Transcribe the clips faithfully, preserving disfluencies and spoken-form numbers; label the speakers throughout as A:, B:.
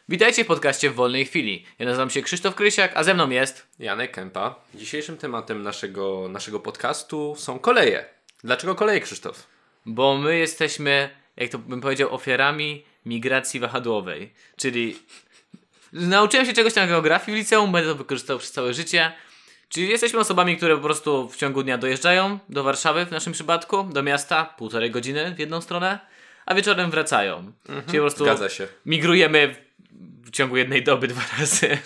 A: Witajcie w podcaście w wolnej chwili. Ja nazywam się Krzysztof Krysiak, a ze mną jest...
B: Janek Kępa. Dzisiejszym tematem naszego, naszego podcastu są koleje. Dlaczego koleje, Krzysztof?
A: Bo my jesteśmy, jak to bym powiedział, ofiarami migracji wahadłowej. Czyli nauczyłem się czegoś na geografii w liceum, będę to wykorzystał przez całe życie. Czyli jesteśmy osobami, które po prostu w ciągu dnia dojeżdżają do Warszawy, w naszym przypadku, do miasta, półtorej godziny w jedną stronę, a wieczorem wracają. Mhm, Czyli po prostu
B: zgadza się.
A: Migrujemy w ciągu jednej doby dwa razy.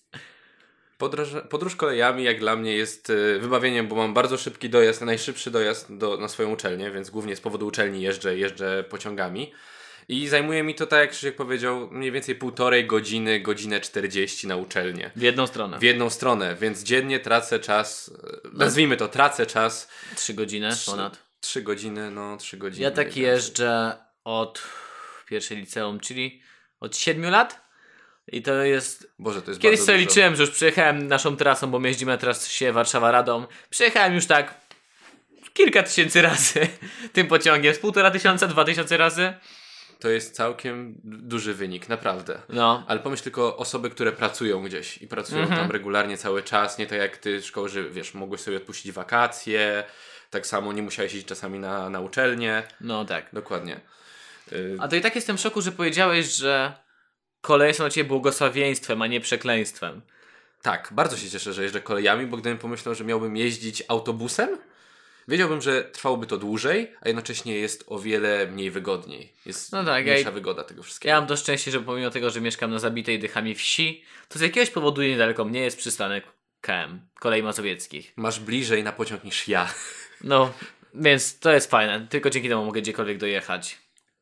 B: Podróż, podróż kolejami jak dla mnie jest y, wybawieniem, bo mam bardzo szybki dojazd, najszybszy dojazd do, na swoją uczelnię, więc głównie z powodu uczelni jeżdżę, jeżdżę pociągami. I zajmuje mi to, tak jak Krzysiek powiedział, mniej więcej półtorej godziny, godzinę czterdzieści na uczelnię.
A: W jedną stronę.
B: W jedną stronę, więc dziennie tracę czas, nazwijmy to, tracę czas.
A: Trzy godziny ponad.
B: Trzy godziny, no trzy godziny.
A: Ja tak jeżdżę od pierwszej liceum, czyli od siedmiu lat. I to jest...
B: Boże, to jest
A: Kiedyś
B: bardzo
A: sobie
B: dużo.
A: liczyłem, że już przejechałem naszą trasą, bo my jeździmy na trasie Warszawa-Radom. Przejechałem już tak kilka tysięcy razy tym pociągiem. Z półtora tysiąca, dwa tysiące razy.
B: To jest całkiem duży wynik, naprawdę.
A: No.
B: Ale pomyśl tylko osoby, które pracują gdzieś i pracują
A: Mhm.
B: tam regularnie cały czas, nie tak jak ty w szkoły, że wiesz, mogłeś sobie odpuścić wakacje, tak samo nie musiałeś iść czasami na, na uczelnię.
A: No tak.
B: Dokładnie. Y-
A: A to i tak jestem w szoku, że powiedziałeś, że koleje są dla ciebie błogosławieństwem, a nie przekleństwem.
B: tak, bardzo się cieszę, że jeżdżę kolejami, bo gdybym pomyślał, że miałbym jeździć autobusem, wiedziałbym, że trwałoby to dłużej, a jednocześnie jest o wiele mniej wygodniej. Jest
A: No tak,
B: mniejsza
A: ja-
B: wygoda tego wszystkiego.
A: Ja mam to szczęście, że pomimo tego, że mieszkam na zabitej dychami wsi, to z jakiegoś powodu niedaleko mnie jest przystanek K M, Kolei Mazowieckich.
B: Masz bliżej na pociąg niż ja.
A: No, więc to jest fajne. Tylko dzięki temu mogę gdziekolwiek dojechać.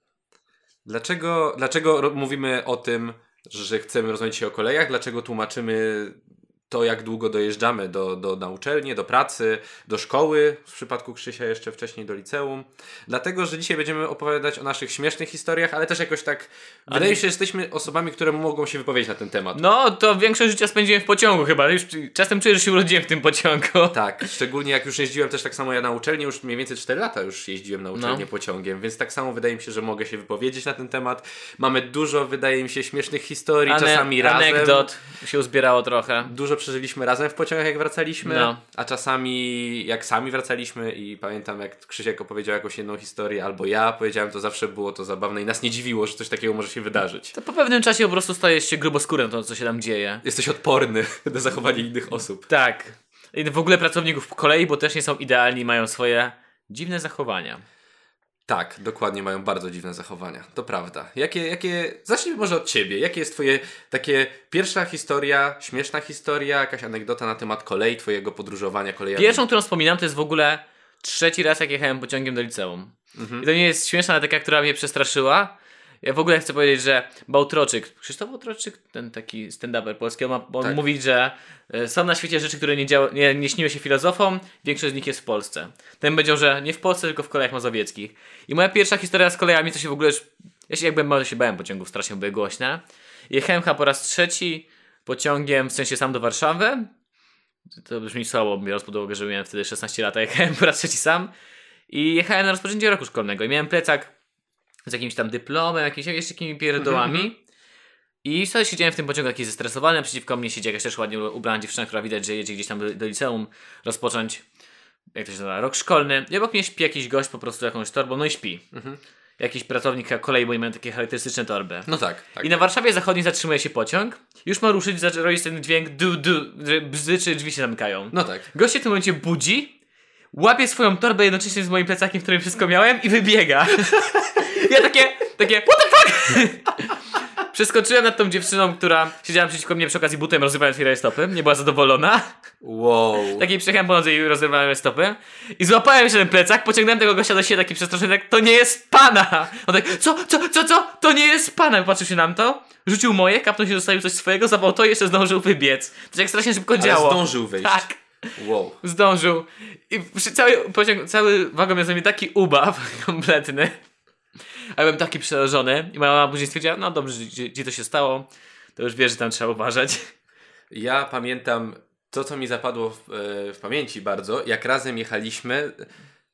B: Dlaczego, dlaczego ro- mówimy o tym, że chcemy rozmawiać się o kolejach? Dlaczego tłumaczymy to, jak długo dojeżdżamy do, do, na uczelnię, do pracy, do szkoły, w przypadku Krzysia jeszcze wcześniej do liceum? Dlatego, że dzisiaj będziemy opowiadać o naszych śmiesznych historiach, ale też jakoś tak... Wydaje mi się, że jesteśmy osobami, które mogą się wypowiedzieć na ten temat.
A: No, to większość życia spędziłem w pociągu chyba. Już czasem czuję, że się urodziłem w tym pociągu.
B: Tak, szczególnie jak już jeździłem też tak samo ja na uczelnię, już mniej więcej cztery lata już jeździłem na uczelnię
A: No.
B: pociągiem, więc tak samo wydaje mi się, że mogę się wypowiedzieć na ten temat. Mamy dużo, wydaje mi się, śmiesznych historii,
A: Ane-
B: czasami razem.
A: Anegdot się uzbierało trochę.
B: Dużo przeżyliśmy razem w pociągach, jak wracaliśmy,
A: No.
B: a czasami jak sami wracaliśmy i pamiętam, jak Krzysiek opowiedział jakąś jedną historię, albo ja powiedziałem, to zawsze było to zabawne i nas nie dziwiło, że coś takiego może się wydarzyć.
A: To po pewnym czasie po prostu stajesz się gruboskórym na to, co się tam dzieje.
B: Jesteś odporny na zachowanie innych osób.
A: Tak. I w ogóle pracowników kolei, bo też nie są idealni, mają swoje dziwne zachowania.
B: Tak, dokładnie, mają bardzo dziwne zachowania. To prawda. Jakie, jakie... Zacznijmy może od ciebie. Jakie jest twoje takie pierwsza historia, śmieszna historia, jakaś anegdota na temat kolei, twojego podróżowania kolejami?
A: Pierwszą, którą wspominam, to jest w ogóle trzeci raz, jak jechałem pociągiem do liceum.
B: Mhm.
A: I to nie jest śmieszna, ale taka, która mnie przestraszyła. Ja w ogóle chcę powiedzieć, że Bałtroczyk, Krzysztof Bałtroczyk, ten taki stand-uper polski, on, ma, on
B: Tak.
A: mówi, że e, są na świecie rzeczy, które nie, działa, nie, nie śniły się filozofom, większość z nich jest w Polsce. Ten powiedział, że nie w Polsce, tylko w kolejach mazowieckich. I moja pierwsza historia z kolejami, to się w ogóle już... Ja się jakby może się bałem pociągów, strasznie były głośne. Jechałem chyba po raz trzeci pociągiem, w sensie sam do Warszawy. To brzmi słabo, biorąc pod uwagę, że miałem wtedy szesnaście lat, a jechałem po raz trzeci sam. I jechałem na rozpoczęcie roku szkolnego i miałem plecak z jakimś tam dyplomem, jakimiś jeszcze jakimi pierdołami.
B: Mhm,
A: I sobie siedziałem w tym pociągu jakiś zestresowany, a przeciwko mnie siedzi jakaś też ładnie ubrana dziewczyna, która widać, że jedzie gdzieś tam do, do liceum rozpocząć, jak to się nazywa, rok szkolny. I obok mnie śpi jakiś gość po prostu jakąś torbą, no i śpi.
B: Mhm.
A: Jakiś pracownik kolei, bo mają takie charakterystyczne torby.
B: No tak, tak.
A: I na Warszawie Zachodniej zatrzymuje się pociąg, już ma ruszyć, zaczyna robić ten dźwięk du du, że bzdyczy, drzwi się zamykają.
B: No tak.
A: Gość się w tym momencie budzi, łapie swoją torbę jednocześnie z moim plecakiem, w którym wszystko miałem i wybiega. Ja takie, takie, what the fuck? Przeskoczyłem nad tą dziewczyną, która siedziała przeciwko mnie przy okazji butem, rozrywając jej stopy. Nie była zadowolona.
B: Wow.
A: Takiej przejechałem po nodze i rozrywałem jej stopy. I złapałem jeszcze ten plecak, pociągnąłem tego gościa do siebie taki przestraszony, tak, to nie jest pana! On tak, co, co, co, co? To nie jest pana! Patrzył się na to, rzucił moje, kapnął się, zostawił coś swojego, zabrał to i jeszcze zdążył wybiec. To tak strasznie szybko
B: Ale
A: działo.
B: zdążył wyjść.
A: Tak.
B: Wow.
A: Zdążył. I przy cały pociąg, cały wagon miał za mnie taki ubaw kompletny. A ja byłem taki przerażony. I moja mama później stwierdziła, no dobrze, gdzie, gdzie to się stało, to już wiesz, że tam trzeba uważać.
B: Ja pamiętam to, co mi zapadło w, e, w pamięci bardzo, jak razem jechaliśmy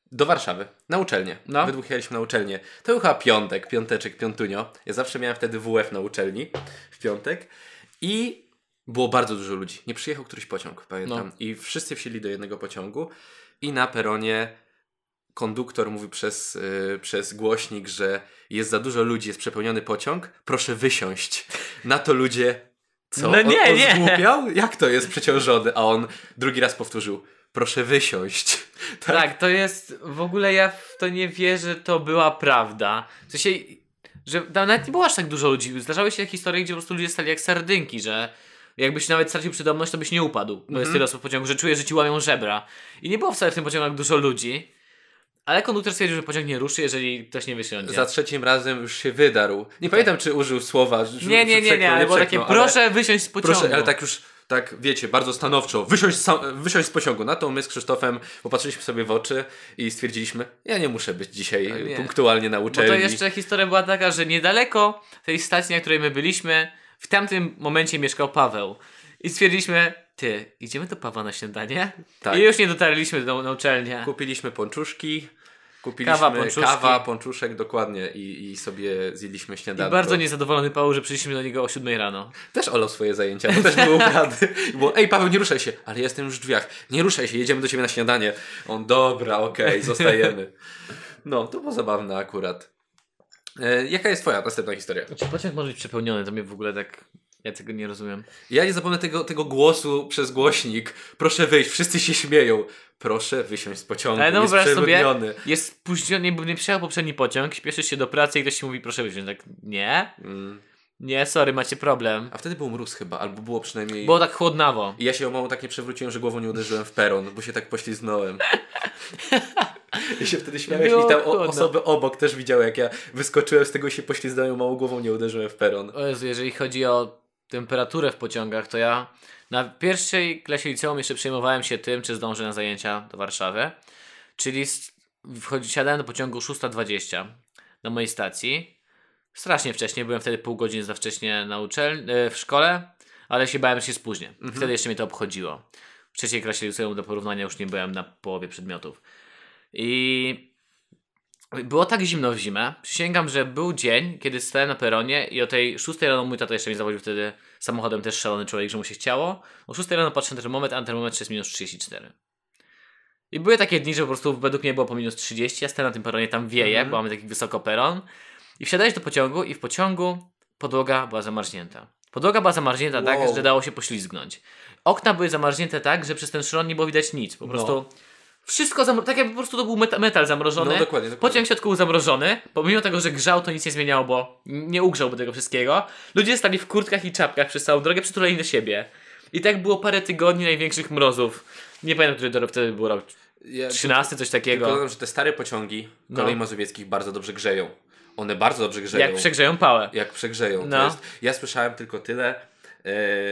B: do Warszawy, na uczelnię.
A: No.
B: We dwóch jechaliśmy na uczelnię. To był chyba piątek, piąteczek, piątunio. Ja zawsze miałem wtedy W F na uczelni w piątek i było bardzo dużo ludzi. Nie przyjechał któryś pociąg, pamiętam.
A: No.
B: I wszyscy wsiedli do jednego pociągu i na peronie konduktor mówi przez, yy, przez głośnik, że jest za dużo ludzi, jest przepełniony pociąg, proszę wysiąść. Na to ludzie, co?
A: No nie,
B: on, on
A: nie.
B: zgłupiał? Jak to jest przeciążony? A on drugi raz powtórzył, proszę wysiąść.
A: Tak? tak, to jest, w ogóle ja w to nie wierzę, że to była prawda. W sensie, że nawet nie było aż tak dużo ludzi. Zdarzały się historie, gdzie po prostu ludzie stali jak sardynki, że jakbyś nawet stracił przytomność, to byś nie upadł. Bo jest tyle osób w pociągu, że czujesz, że ci łamią żebra. I nie było wcale w tym pociągu tak dużo ludzi. Ale konduktor stwierdził, że pociąg nie ruszy, jeżeli ktoś nie wysiądzie.
B: Za trzecim razem już się wydarł. Nie tak. pamiętam, czy użył słowa. Że
A: nie, nie, nie, nie, ale było takie, proszę ale... wysiąść z pociągu.
B: Proszę, ale tak już, tak wiecie, bardzo stanowczo, wysiąść, sam, wysiąść z pociągu. Na to my z Krzysztofem popatrzyliśmy sobie w oczy i stwierdziliśmy, ja nie muszę być dzisiaj punktualnie na uczelni.
A: Bo to jeszcze historia była taka, że niedaleko tej stacji, na której my byliśmy, w tamtym momencie mieszkał Paweł. I stwierdziliśmy, ty, idziemy do Pawła na śniadanie? Tak. I już nie dotarliśmy do, na uczelnię.
B: Kupiliśmy pączuszki, kupiliśmy
A: kawa, pączuszki.
B: kawa pączuszek, dokładnie i, i sobie zjedliśmy śniadanko.
A: I bardzo niezadowolony Paweł, że przyszliśmy do niego o siódmej rano.
B: Też olał swoje zajęcia, bo też był rady. Było, ej Paweł, nie ruszaj się, ale jestem już w drzwiach. Nie ruszaj się, jedziemy do ciebie na śniadanie. On, dobra, okej, okay, zostajemy. No, to było zabawne akurat. E, jaka jest twoja następna historia?
A: Czy pociąg może być przepełniony? To mnie w ogóle tak... Ja tego nie rozumiem.
B: Ja nie zapomnę tego, tego głosu przez głośnik. Proszę wyjść, wszyscy się śmieją. Proszę wysiąść z pociągu,
A: ale no,
B: jest przeludniony.
A: Sobie, jest spóźniony, nie, nie przyjechał poprzedni pociąg, śpieszysz się do pracy i ktoś ci mówi proszę wysiąść. Tak, nie? Mm. Nie, sorry, macie problem.
B: A wtedy był mróz chyba, albo było przynajmniej...
A: Było tak chłodnawo.
B: I ja się o mało tak nie przewróciłem, że głową nie uderzyłem w peron, bo się tak pośliznąłem. I się wtedy śmiałeś i tam o, osoby obok też widziały, jak ja wyskoczyłem z tego i się pośliznąłem, mało głową nie uderzyłem w peron.
A: O Jezu, jeżeli chodzi o temperaturę w pociągach, to ja na pierwszej klasie liceum jeszcze przejmowałem się tym, czy zdążę na zajęcia do Warszawy. Czyli wchodzi, siadałem do pociągu szósta dwadzieścia na mojej stacji. Strasznie wcześnie, byłem wtedy pół godziny za wcześnie na uczelni, w szkole, ale się bałem, że się spóźnię. Mhm. Wtedy jeszcze mnie to obchodziło. W trzeciej klasie liceum do porównania już nie byłem na połowie przedmiotów. I było tak zimno w zimę. Przysięgam, że był dzień, kiedy stałem na peronie i o tej szóstej rano mój tata jeszcze mnie zawoził wtedy samochodem, też szalony człowiek, że mu się chciało. O szóstej rano patrzę na termometr, a na termometrze jest minus trzydzieści cztery. I były takie dni, że po prostu według mnie było po minus trzydzieści, ja stałem na tym peronie, tam wieje, mm-hmm. bo mamy taki wysoko peron. I wsiadałeś do pociągu i w pociągu podłoga była zamarznięta. Podłoga była zamarznięta wow. tak, że dało się poślizgnąć. Okna były zamarznięte tak, że przez ten szron nie było widać nic. Po prostu... No. Wszystko zamro... tak jakby po prostu to był meta- metal zamrożony.
B: No, dokładnie, dokładnie.
A: Pociąg w środku był zamrożony. Pomimo tego, że grzał, to nic nie zmieniało, bo nie ugrzałby tego wszystkiego. Ludzie stali w kurtkach i czapkach przez całą drogę, przytuleni do siebie. I tak było parę tygodni największych mrozów. Nie pamiętam, który to wtedy był rok.
B: Ja,
A: trzynasty, coś takiego.
B: Tylko dodam, że te stare pociągi kolei no. mazowieckich bardzo dobrze grzeją. One bardzo dobrze grzeją.
A: Jak przegrzeją pałę.
B: Jak przegrzeją.
A: No.
B: To jest... Ja słyszałem tylko tyle. Yy...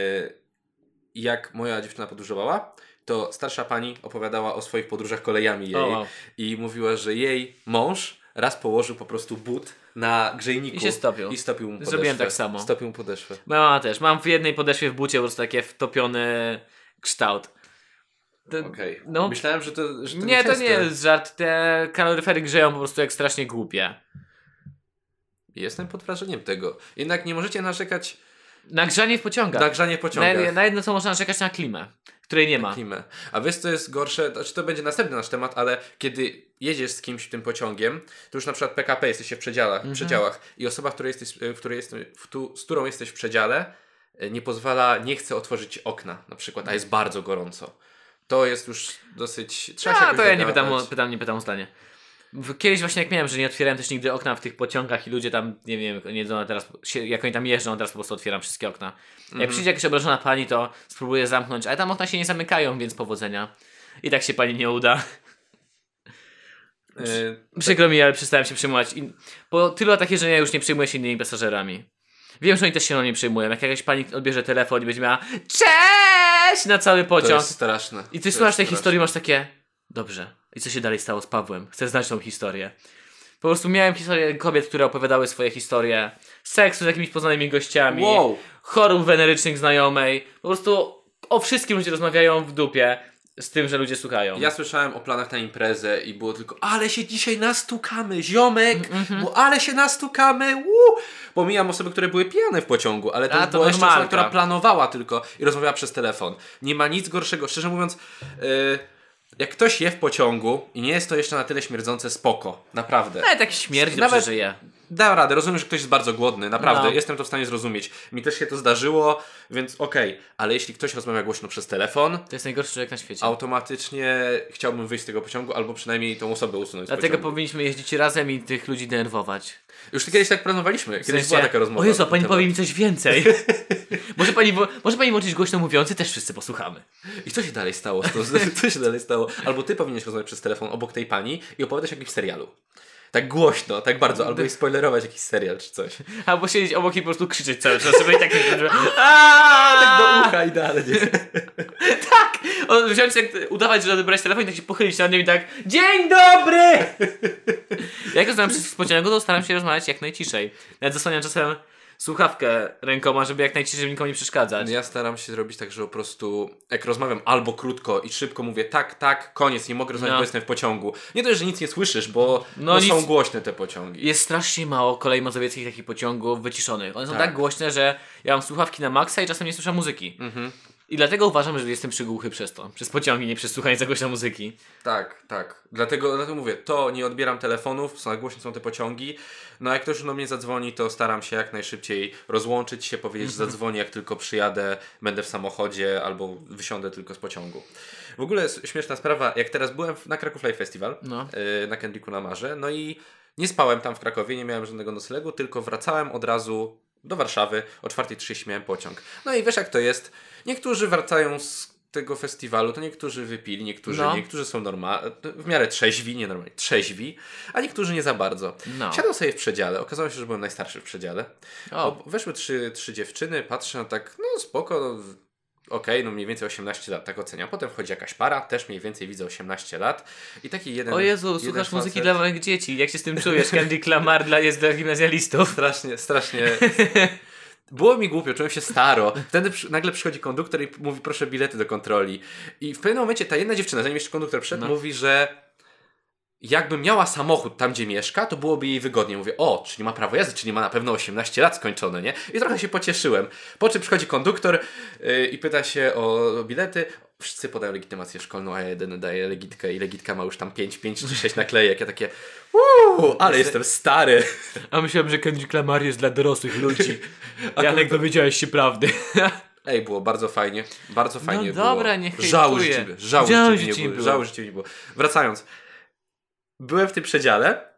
B: Jak moja dziewczyna podróżowała, to starsza pani opowiadała o swoich podróżach kolejami jej oh. i mówiła, że jej mąż raz położył po prostu but na grzejniku
A: i się stopił.
B: I stopił mu podeszwę.
A: Zrobiłem tak samo.
B: Stopił mu podeszwę.
A: Moja mama też. Mam w jednej podeszwie w bucie po prostu takie wtopiony kształt.
B: Okej. Okay. No, myślałem, że to, że to
A: nie, to nie jest żart. Te kaloryfery grzeją po prostu jak strasznie głupie.
B: Jestem pod wrażeniem tego. Jednak nie możecie narzekać
A: na grzanie w pociągach.
B: Na grzanie w pociągach.
A: Na, na jedno co można narzekać, na klimę, której nie ma.
B: Klimę. A wiesz co jest gorsze, to, to będzie następny nasz temat, ale kiedy jedziesz z kimś tym pociągiem, to już na przykład P K P jesteście w przedziałach, mm-hmm. przedziałach i osoba, w której jesteś, w której jesteś, w tu, z którą jesteś w przedziale, nie pozwala, nie chce otworzyć okna na przykład, a jest bardzo gorąco. To jest już dosyć... Trzeba
A: a,
B: się
A: to ja nie pytam, o, pytam, nie pytam o zdanie. Kiedyś właśnie jak miałem, że nie otwierałem też nigdy okna w tych pociągach i ludzie tam, nie wiem, nie jedzą teraz, jak oni tam jeżdżą, teraz po prostu otwieram wszystkie okna. Jak mm-hmm. przyjdzie jakaś obrażona pani, to spróbuję zamknąć, ale tam okna się nie zamykają, więc powodzenia. I tak się pani nie uda. Yy, Przykro tak. mi, ale przestałem się przejmować. I po tylu latach jeżdżenia już nie przejmuję się innymi pasażerami. Wiem, że oni też się na mnie przejmują. Jak jakaś pani odbierze telefon i będzie miała cześć na cały pociąg. To
B: jest straszne.
A: I ty słuchasz tej historii, masz takie dobrze. I co się dalej stało z Pawłem? Chcę znać tą historię. Po prostu miałem historię kobiet, które opowiadały swoje historie seksu z jakimiś poznanymi gościami,
B: wow.
A: chorób wenerycznych znajomej. Po prostu o wszystkim ludzie rozmawiają w dupie. z tym, że ludzie słuchają.
B: Ja słyszałem o planach na imprezę i było tylko, ale się dzisiaj nastukamy, ziomek, mm-hmm. bo ale się nastukamy, uuu. Pomijam osoby, które były pijane w pociągu, ale to,
A: A, to
B: była jeszcze osoba,
A: normalka.
B: która planowała tylko i rozmawiała przez telefon. Nie ma nic gorszego, szczerze mówiąc, yy, jak ktoś je w pociągu i nie jest to jeszcze na tyle śmierdzące, spoko, naprawdę.
A: Ale tak śmierć
B: Nawet-
A: dobrze żyje.
B: Da radę, rozumiem, że ktoś jest bardzo głodny, naprawdę,
A: No.
B: jestem to w stanie zrozumieć. Mi też się to zdarzyło, więc okej, ale jeśli ktoś rozmawia głośno przez telefon,
A: To jest najgorszy człowiek na świecie.
B: automatycznie chciałbym wyjść z tego pociągu, albo przynajmniej tą osobę usunąć z
A: Dlatego
B: pociągu.
A: powinniśmy jeździć razem i tych ludzi denerwować.
B: Już kiedyś tak planowaliśmy, kiedyś
A: W sensie,
B: była taka rozmowa.
A: O Jezu,
B: na
A: a
B: ten
A: pani
B: temat.
A: powie mi coś więcej. może, pani, wo- może pani włączyć głośno mówiący, też wszyscy posłuchamy.
B: I co się dalej stało? z tą- Co się dalej stało? Albo ty powinieneś rozmawiać przez telefon obok tej pani i opowiadać o jakimś serialu. Tak głośno, tak bardzo, albo jej spoilerować jakiś serial czy coś.
A: Albo siedzieć obok i po prostu krzyczeć cały czas, żeby i tak nie
B: Tak do ucha idealnie.
A: Tak! O, wziąć tak, udawać, że odebrać telefon i tak się pochylić nad nim i tak dzień dobry! Jak rozmawiam przez pociągu, to staram się rozmawiać jak najciszej. Nawet zasłaniam czasem słuchawkę rękoma, żeby jak najciszej nikomu nie przeszkadzać.
B: Ja staram się zrobić tak, że po prostu jak rozmawiam albo krótko i szybko mówię tak, tak, koniec, nie mogę rozmawiać,
A: No.
B: bo jestem w pociągu. Nie to, że nic nie słyszysz, bo
A: No
B: no,
A: nic-
B: są głośne te pociągi.
A: Jest strasznie mało kolei mazowieckich takich pociągów wyciszonych. One są tak.
B: Tak.
A: głośne, że ja mam słuchawki na maksa i czasem nie słyszę muzyki.
B: Mhm.
A: I dlatego uważam, że jestem przygłuchy przez to. Przez pociągi, nie przez słuchanie za głośno muzyki.
B: Tak, tak. Dlatego, dlatego mówię, to nie odbieram telefonów, są głośne są te pociągi. No a jak ktoś do mnie zadzwoni, to staram się jak najszybciej rozłączyć się, powiedzieć, że zadzwonię, jak tylko przyjadę, będę w samochodzie albo wysiądę tylko z pociągu. W ogóle s- śmieszna sprawa, jak teraz byłem w- na Kraków Live Festival,
A: No.
B: yy, na Kendricku na Marze, no i nie spałem tam w Krakowie, nie miałem żadnego noclegu, tylko wracałem od razu do Warszawy, o czwartej trzydzieści miałem pociąg. No i wiesz jak to jest, niektórzy wracają z tego festiwalu, to niektórzy wypili, niektórzy
A: No.
B: nie, niektórzy są normalni, w miarę trzeźwi, nie normalnie, trzeźwi, a niektórzy nie za bardzo.
A: No.
B: Siadam sobie w przedziale, okazało się, że byłem najstarszy w przedziale.
A: O.
B: O, weszły trzy, trzy dziewczyny, patrzę, no tak, no spoko, no, okej, no mniej więcej osiemnaście lat, tak oceniam. Potem wchodzi jakaś para, też mniej więcej widzę osiemnaście lat i taki jeden
A: O Jezu,
B: jeden
A: słuchasz muzyki
B: facet-
A: dla małych dzieci. Jak się z tym czujesz? Kendrick Lamar dla, jest dla gimnazjalistów.
B: Strasznie, strasznie. Było mi głupio, czułem się staro. Wtedy przy, nagle przychodzi konduktor i mówi, proszę bilety do kontroli. I w pewnym momencie ta jedna dziewczyna, zanim jeszcze konduktor przyszedł,
A: No.
B: mówi, że jakby miała samochód tam, gdzie mieszka, to byłoby jej wygodniej. Mówię, o, czyli ma prawo jazdy, czyli ma na pewno osiemnaście lat skończone, nie? I trochę się pocieszyłem. Po czym przychodzi konduktor yy, i pyta się o, o bilety. Wszyscy podają legitymację szkolną, a ja jeden daję legitkę i legitka ma już tam pięć, pięć czy sześć naklejek. Ja takie, uuu, ale jestem stary.
A: A myślałem, że Kendrick Lamar jest dla dorosłych ludzi. Janek, dowiedziałeś się prawdy.
B: Ej, było bardzo fajnie, bardzo fajnie
A: No
B: było.
A: dobra, nie
B: Żałuję, że
A: hejtuję.
B: ciebie, żałuję,
A: Żałuję,
B: że ciebie
A: że
B: nie
A: ci
B: było.
A: nie
B: Żałuję, że ciebie nie było. Wracając. Byłem w tym przedziale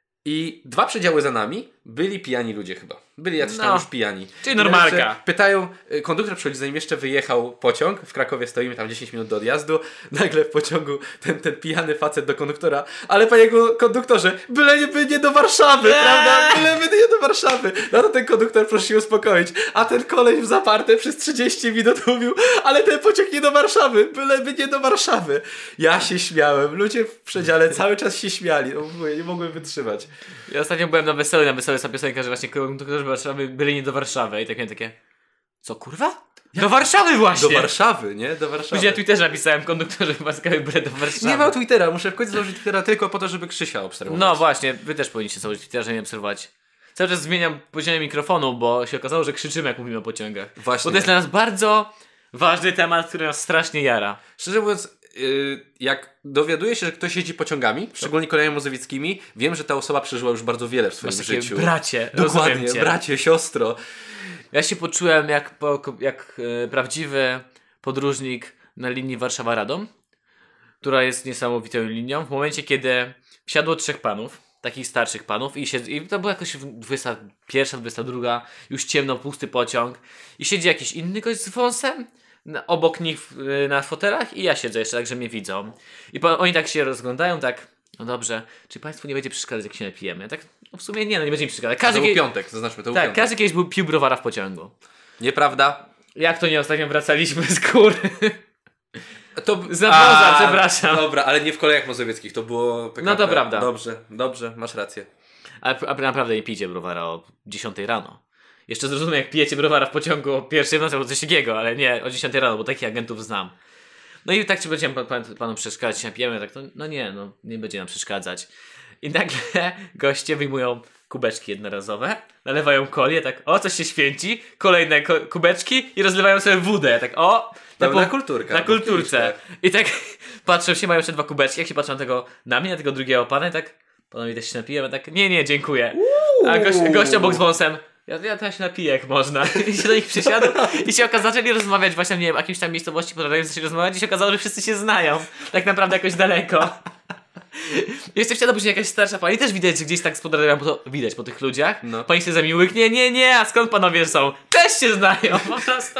B: i dwa przedziały za nami byli pijani ludzie chyba. Byli jacyś tam
A: No.
B: już pijani.
A: Czyli normalka.
B: Jeszcze Pytają, y, konduktor przychodzi, zanim jeszcze wyjechał pociąg, w Krakowie stoimy tam dziesięć minut do odjazdu, nagle w pociągu ten, ten pijany facet do konduktora, ale panie ko- konduktorze, byleby nie do Warszawy,
A: Eee!
B: prawda? Byleby nie do Warszawy. No to ten konduktor prosi się uspokoić, a ten koleś w zaparte przez trzydzieści minut mówił, ale ten pociąg nie do Warszawy, byleby nie do Warszawy. Ja się śmiałem, ludzie w przedziale cały czas się śmiali, no, mówię, nie mogłem wytrzymać.
A: Ja ostatnio byłem na weselu, na weselu jest ta piosenka, że właśnie konduktorzy Warszawy byli nie do Warszawy i tak miałem takie, co kurwa? Do Warszawy właśnie!
B: Do Warszawy, nie? Do Warszawy.
A: Później na Twitterze napisałem, konduktorzy Warszawy byli do Warszawy.
B: Nie mam Twittera, muszę w końcu założyć Twittera tylko po to, żeby Krzysia obserwować.
A: No właśnie, wy też powinniście założyć Twittera, żeby mnie obserwować. Cały czas zmieniam poziom mikrofonu, bo się okazało, że krzyczymy, jak mówimy o pociągach.
B: Właśnie.
A: Bo to jest dla nas bardzo ważny temat, który nas strasznie jara.
B: Szczerze mówiąc, yy, jak dowiaduję się, że ktoś jeździ pociągami, szczególnie kolejami mazowieckimi, wiem, że ta osoba przeżyła już bardzo wiele w swoim
A: Masz takie
B: życiu.
A: bracie,
B: Dokładnie,
A: rozumiem cię.
B: bracie, siostro.
A: Ja się poczułem jak, po, jak e, prawdziwy podróżnik na linii Warszawa-Radom, która jest niesamowitą linią. W momencie, kiedy wsiadło trzech panów, takich starszych panów, i, siedzi, i to było jakoś dwudziesta pierwsza, dwudziesta druga, już ciemno, pusty pociąg, i siedzi jakiś inny gość z wąsem, na, obok nich w- na fotelach, i ja siedzę jeszcze tak, że mnie widzą. I po, oni tak się rozglądają, tak, no dobrze, czy państwu nie będzie przeszkadzać, jak się napijemy? Ja tak, no w sumie nie, no nie będzie mi przeszkadzać.
B: To
A: Każdy,
B: był
A: kie-
B: piątek, zaznaczmy, to był
A: tak,
B: piątek.
A: każdy kiedyś był pił browara w pociągu.
B: Nieprawda?
A: Jak to nie ostatnio wracaliśmy z góry?
B: To...
A: Z nadwoza, przepraszam.
B: Dobra, ale nie w kolejach mazowieckich, to było P K P.
A: No to prawda.
B: Dobrze, dobrze, masz rację.
A: A, a naprawdę nie pijcie browara o dziesiątej rano. Jeszcze zrozumiem, jak pijecie browara w pociągu o pierwszej w nocy albo coś takiego, ale nie o dziesiątej rano, bo takich agentów znam. No i tak czy będziemy pan, pan, panu przeszkadzać, się napijemy, tak, no, no nie, no nie będzie nam przeszkadzać. I nagle goście wyjmują kubeczki jednorazowe, nalewają kolię, tak, o, coś się święci, kolejne ko- kubeczki i rozlewają sobie wódę, tak, o,
B: Na,
A: po-
B: na kulturkę.
A: na kulturce. I tak patrzą się, mają jeszcze dwa kubeczki, jak się patrzą na tego, na mnie, na tego drugiego pana i tak, panowie też się napijemy, tak, nie, nie, dziękuję. A gość, gość obok z wąsem, ja, ja teraz się napiję jak można. I się do nich przysiadł i się okazało, zaczęli rozmawiać właśnie, nie wiem, jakimś tam miejscowości, potem zaczęli rozmawiać i się okazało, że wszyscy się znają. Tak naprawdę jakoś daleko. Jeszcze wsiada później jakaś starsza pani, też widać, że gdzieś tak spodrabiam, bo to widać po tych ludziach.
B: No.
A: Pani się za mi łyknie, nie, nie, a skąd panowie są? Też się znają, po prostu.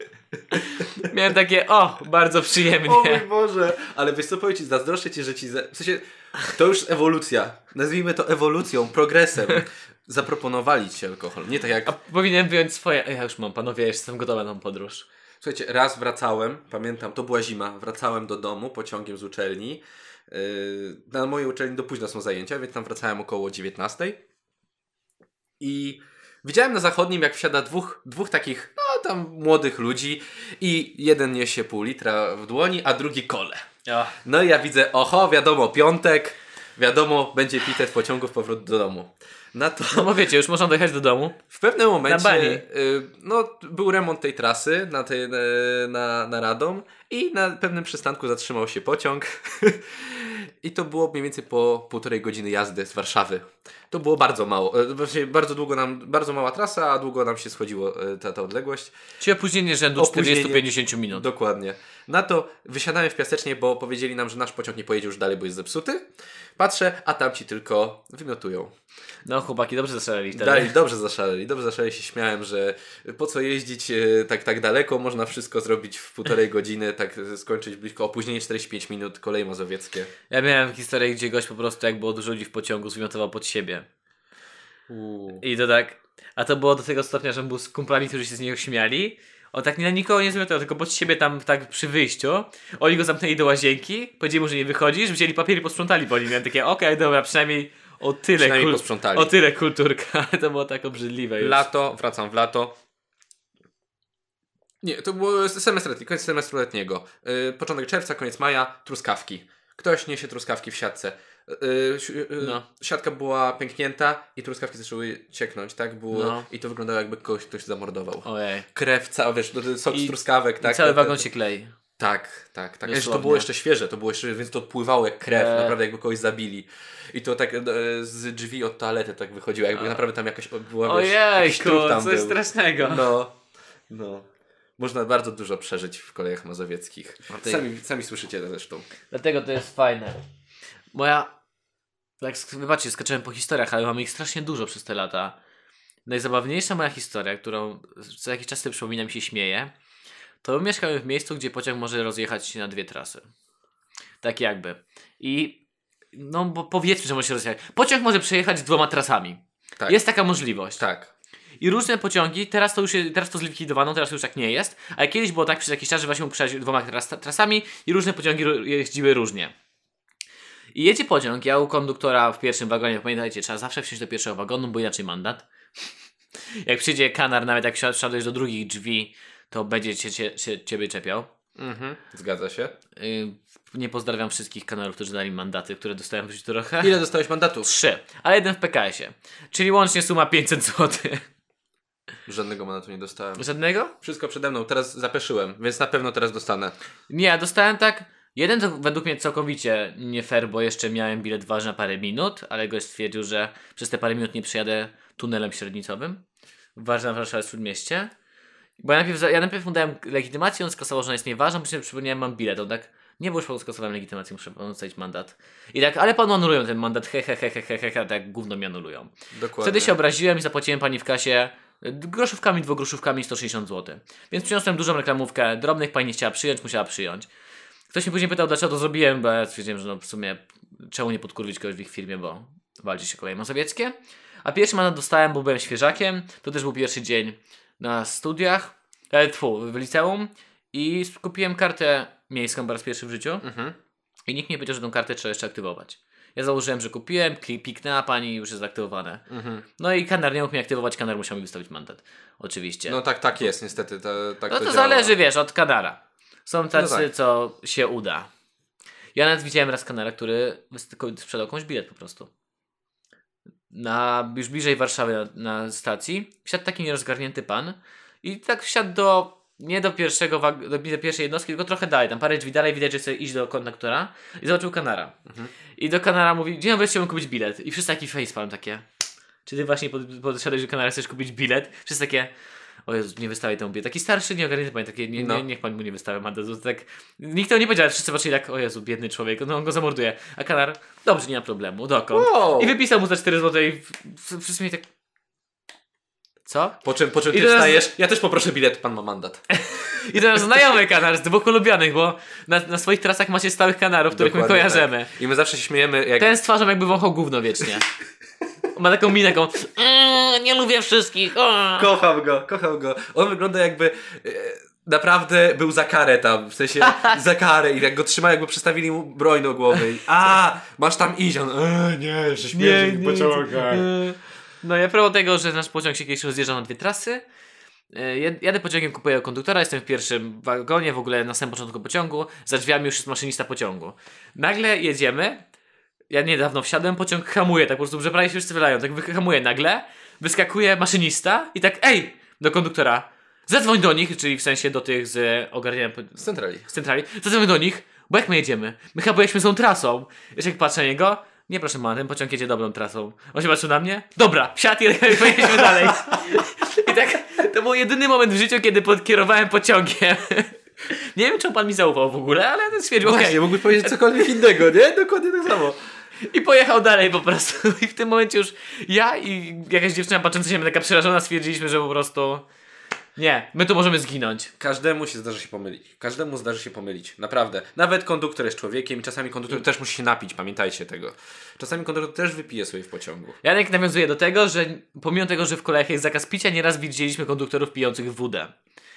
A: Miałem takie, o, bardzo przyjemnie.
B: O mój Boże, ale wiesz co, powiem ci, zazdroszczę ci, że ci, za... w sensie, to już ewolucja, nazwijmy to ewolucją, progresem, zaproponowali ci alkohol, nie tak jak...
A: A powinienem wyjąć swoje, ja już mam, panowie, ja jestem gotowy na tą podróż.
B: Słuchajcie, raz wracałem, pamiętam, to była zima, wracałem do domu pociągiem z uczelni, yy, na mojej uczelni do późna są zajęcia, więc tam wracałem około dziewiętnastej i widziałem na zachodnim, jak wsiada dwóch, dwóch takich, no tam młodych ludzi i jeden niesie pół litra w dłoni, a drugi kole.
A: Oh.
B: No i ja widzę, oho, wiadomo, piątek, wiadomo, będzie pite w pociągu w powrót do domu. Na to...
A: No bo wiecie, już można dojechać do domu.
B: W pewnym
A: Na
B: momencie
A: bani.
B: y, no, był remont tej trasy na, tej, y, na, na Radom i na pewnym przystanku zatrzymał się pociąg i to było mniej więcej po półtorej godziny jazdy z Warszawy. To było bardzo mało, y, właściwie bardzo długo nam, bardzo mała trasa, a długo nam się schodziło y, ta, ta odległość.
A: Czyli opóźnienie rzędu
B: Opóźnienie-
A: czterdzieści do pięćdziesięciu minut.
B: Dokładnie. Na to wysiadałem w Piasecznie, bo powiedzieli nam, że nasz pociąg nie pojedzie już dalej, bo jest zepsuty. Patrzę, a tamci tylko wymiotują.
A: No chłopaki, dobrze zastrzelili wtedy.
B: Dalej, dobrze zaszaleli, dobrze zaszaleli, się śmiałem, że po co jeździć e, tak, tak daleko, można wszystko zrobić w półtorej godziny, tak e, skończyć blisko, opóźnienie czterdzieści pięć minut, koleje mazowieckie.
A: Ja miałem historię, gdzie gość po prostu, jak było dużo ludzi w pociągu, zwymiotował pod siebie.
B: Uuu.
A: I to tak, a to było do tego stopnia, że on był z kumplami, którzy się z niego śmiali. On tak nie na nikogo nie zwymiotował, tylko pod siebie tam tak przy wyjściu. Oni go zamknęli do łazienki, powiedzieli mu, że nie wychodzisz, wzięli papier i posprzątali po nim. Miałem takie, okej, okay, dobra, przynajmniej o tyle,
B: Przynajmniej
A: kul-
B: posprzątali.
A: o tyle kulturka, ale to było tak obrzydliwe już.
B: Lato, wracam w lato. Nie, to było semestr letni, koniec semestru letniego. Yy, początek czerwca, koniec maja, truskawki. Ktoś niesie truskawki w siatce. Yy, si- yy,
A: No.
B: Siatka była pęknięta i truskawki zaczęły cieknąć, tak? Było,
A: No.
B: I to wyglądało, jakby kogoś ktoś zamordował.
A: Ojej.
B: Krew, cała, wiesz, no, sok z
A: I-
B: truskawek, tak?
A: I cały
B: Te- te-
A: wagon się klei.
B: Tak, tak, tak.
A: Dosłownie.
B: Jeszcze to było jeszcze świeże, to było jeszcze, więc to odpływało jak krew,
A: Eee.
B: naprawdę jakby kogoś zabili. I to tak e, z drzwi od toalety tak wychodziło, jakby
A: A.
B: naprawdę tam jakaś była, wiesz,
A: Ojej,
B: jakiś trup tam
A: coś
B: był.
A: strasznego.
B: No, no. Można bardzo dużo przeżyć w kolejach mazowieckich.
A: No ty-
B: Sami, sami słyszycie zresztą.
A: Dlatego to jest fajne. Moja... Tak, sk- wybaczcie, skaczyłem po historiach, ale mamy ich strasznie dużo przez te lata. Najzabawniejsza moja historia, którą co jakiś czas sobie przypominam i się śmieję, to mieszkałem w miejscu, gdzie pociąg może rozjechać się na dwie trasy. Tak jakby. I no bo powiedzmy, że może się rozjechać. Pociąg może przejechać dwoma trasami.
B: Tak.
A: Jest taka możliwość.
B: Tak.
A: I różne pociągi, teraz to już jest, teraz to zlikwidowano, teraz już tak nie jest, ale kiedyś było tak przez jakiś czas, że właśnie mógł przejechać dwoma tras, trasami i różne pociągi ro- jeździły różnie. I jedzie pociąg, ja u konduktora w pierwszym wagonie, pamiętajcie, trzeba zawsze wsiąść do pierwszego wagonu, bo inaczej mandat. Jak przyjdzie kanar, nawet jak wsiad- wsiadłeś do drugich drzwi, to będzie cię, cię, cię, ciebie czepiał.
B: Mhm. Zgadza się.
A: Yy, nie pozdrawiam wszystkich kanarów, którzy dali mandaty, które dostałem w życiu trochę.
B: Ile dostałeś mandatów?
A: Trzy, ale jeden w P K S-ie. Czyli łącznie suma pięćset złotych.
B: Żadnego mandatu nie dostałem.
A: Żadnego?
B: Wszystko przede mną, teraz zapeszyłem, więc na pewno teraz dostanę.
A: Nie, ja dostałem tak. Jeden to według mnie całkowicie nie fair, bo jeszcze miałem bilet ważny na parę minut, ale gość stwierdził, że przez te parę minut nie przejadę tunelem średnicowym. Ważna w Warszawie Śródmieście. Bo ja najpierw, za- ja najpierw mu dałem legitymację, on skasował, że ona jest nieważna, później przypomniałem, mam bilet. On tak, nie, bo już panu skasowałem legitymację, muszę panu dostać mandat. I tak, ale panu anulują ten mandat, he he he he he he, he tak gówno mi anulują.
B: Dokładnie.
A: Wtedy się obraziłem i zapłaciłem pani w kasie y, groszówkami, dwugroszówkami sto sześćdziesiąt złotych. Więc przyniosłem dużą reklamówkę, drobnych pani nie chciała przyjąć, musiała przyjąć. Ktoś mnie później pytał, dlaczego to zrobiłem, bo ja stwierdziłem, że no w sumie czemu nie podkurwić kogoś w ich firmie, bo walczy się koleje mazowieckie. A pierwszy mandat dostałem, bo byłem świeżakiem, to też był pierwszy dzień na studiach, e, tfu, w liceum i kupiłem kartę miejską po raz pierwszy w życiu
B: Mhm.
A: i nikt mi nie powiedział, że tą kartę trzeba jeszcze aktywować. Ja założyłem, że kupiłem, kli- piknęła pani i już jest zaktywowane.
B: Mhm.
A: No i kanar nie mógł mi aktywować, kanar musiał mi wystawić mandat. Oczywiście.
B: No tak, tak jest niestety. Ta, tak
A: No to,
B: działa.
A: zależy, wiesz, od kanara. Są tacy,
B: No tak.
A: co się uda. Ja nawet widziałem raz kanara, który sprzedał komuś bilet po prostu. Na, już bliżej Warszawy na, na stacji wsiadł taki nierozgarnięty pan i tak wsiadł do, nie do pierwszego wag- do, do pierwszej jednostki, tylko trochę dalej, tam parę drzwi dalej, widać, że chce iść do konduktora i zobaczył kanara. Mhm. I do kanara mówi, dzień dobry, chciałbym kupić bilet. I wszyscy taki facepalm takie, czy ty właśnie pod, podszedłeś do kanara, chcesz kupić bilet? Wszyscy takie, o Jezu, nie wystawiaj temu bilet. Taki starszy, nieogarnięty pan, takie, nie,
B: No.
A: nie, niech pan mu nie wystawia mandatu. Tak, nikt tego nie powiedział, ale wszyscy patrzyli tak, o Jezu, biedny człowiek, no on go zamorduje. A kanar, dobrze, nie ma problemu, dokąd?
B: Wow.
A: I wypisał mu za cztery złote i w- w- wszyscy mieli tak, co?
B: Po czym, po czym
A: I
B: ty
A: teraz-
B: wstajesz, ja też poproszę bilet, pan ma mandat.
A: I teraz znajomy kanar z dwóch ulubionych, bo na, na swoich trasach macie stałych kanarów, których my
B: Dokładnie
A: kojarzymy.
B: tak. I my zawsze się śmiejemy, jak...
A: Ten z twarzą jakby wąchał gówno wiecznie. Ma taką minę, taką, eee, nie lubię wszystkich. O.
B: Kocham go, kocham go. On wygląda jakby... E, naprawdę był za karę tam, w sensie za karę i jak go trzyma, jakby przystawili mu broń do głowy i a, masz tam iść, on eee, nie, że śmierdzi w pociągach.
A: No ja propos tego, że nasz pociąg się kiedyś rozjeżdża na dwie trasy. e, jad- Jadę pociągiem, kupuję konduktora, jestem w pierwszym wagonie, w ogóle na samym początku pociągu, za drzwiami już jest maszynista pociągu. Nagle jedziemy, ja niedawno wsiadłem, pociąg hamuje, tak po prostu, że prawie się wszyscy wylają, tak wyhamuje nagle, wyskakuje maszynista i tak, ej, do konduktora, zadzwoń do nich, czyli w sensie do tych z ogarniania po-
B: Z centrali.
A: z centrali, zadzwoń do nich, bo jak my jedziemy? My chyba byliśmy tą trasą. Jeszcze jak patrzę na niego, nie proszę pana, ten pociąg jedzie dobrą trasą. On się patrzył na mnie, dobra, wsiadł i pojedziemy dalej. I tak, to był jedyny moment w życiu, kiedy podkierowałem pociągiem. Nie wiem, czy pan mi zaufał w ogóle, ale ten stwierdził, okej.
B: Właśnie, mógłbyś powiedzieć cokolwiek innego, nie? Dokładnie tak samo.
A: I pojechał dalej po prostu. I w tym momencie już ja i jakaś dziewczyna patrząca się na mnie taka przerażona stwierdziliśmy, że po prostu nie, my tu możemy zginąć.
B: Każdemu się zdarzy się pomylić. Każdemu zdarzy się pomylić. Naprawdę. Nawet konduktor jest człowiekiem i czasami konduktor też musi się napić, pamiętajcie tego. Czasami konduktor też wypije sobie w pociągu.
A: Janek nawiązuje do tego, że pomimo tego, że w kolejach jest zakaz picia, nieraz widzieliśmy konduktorów pijących wódę.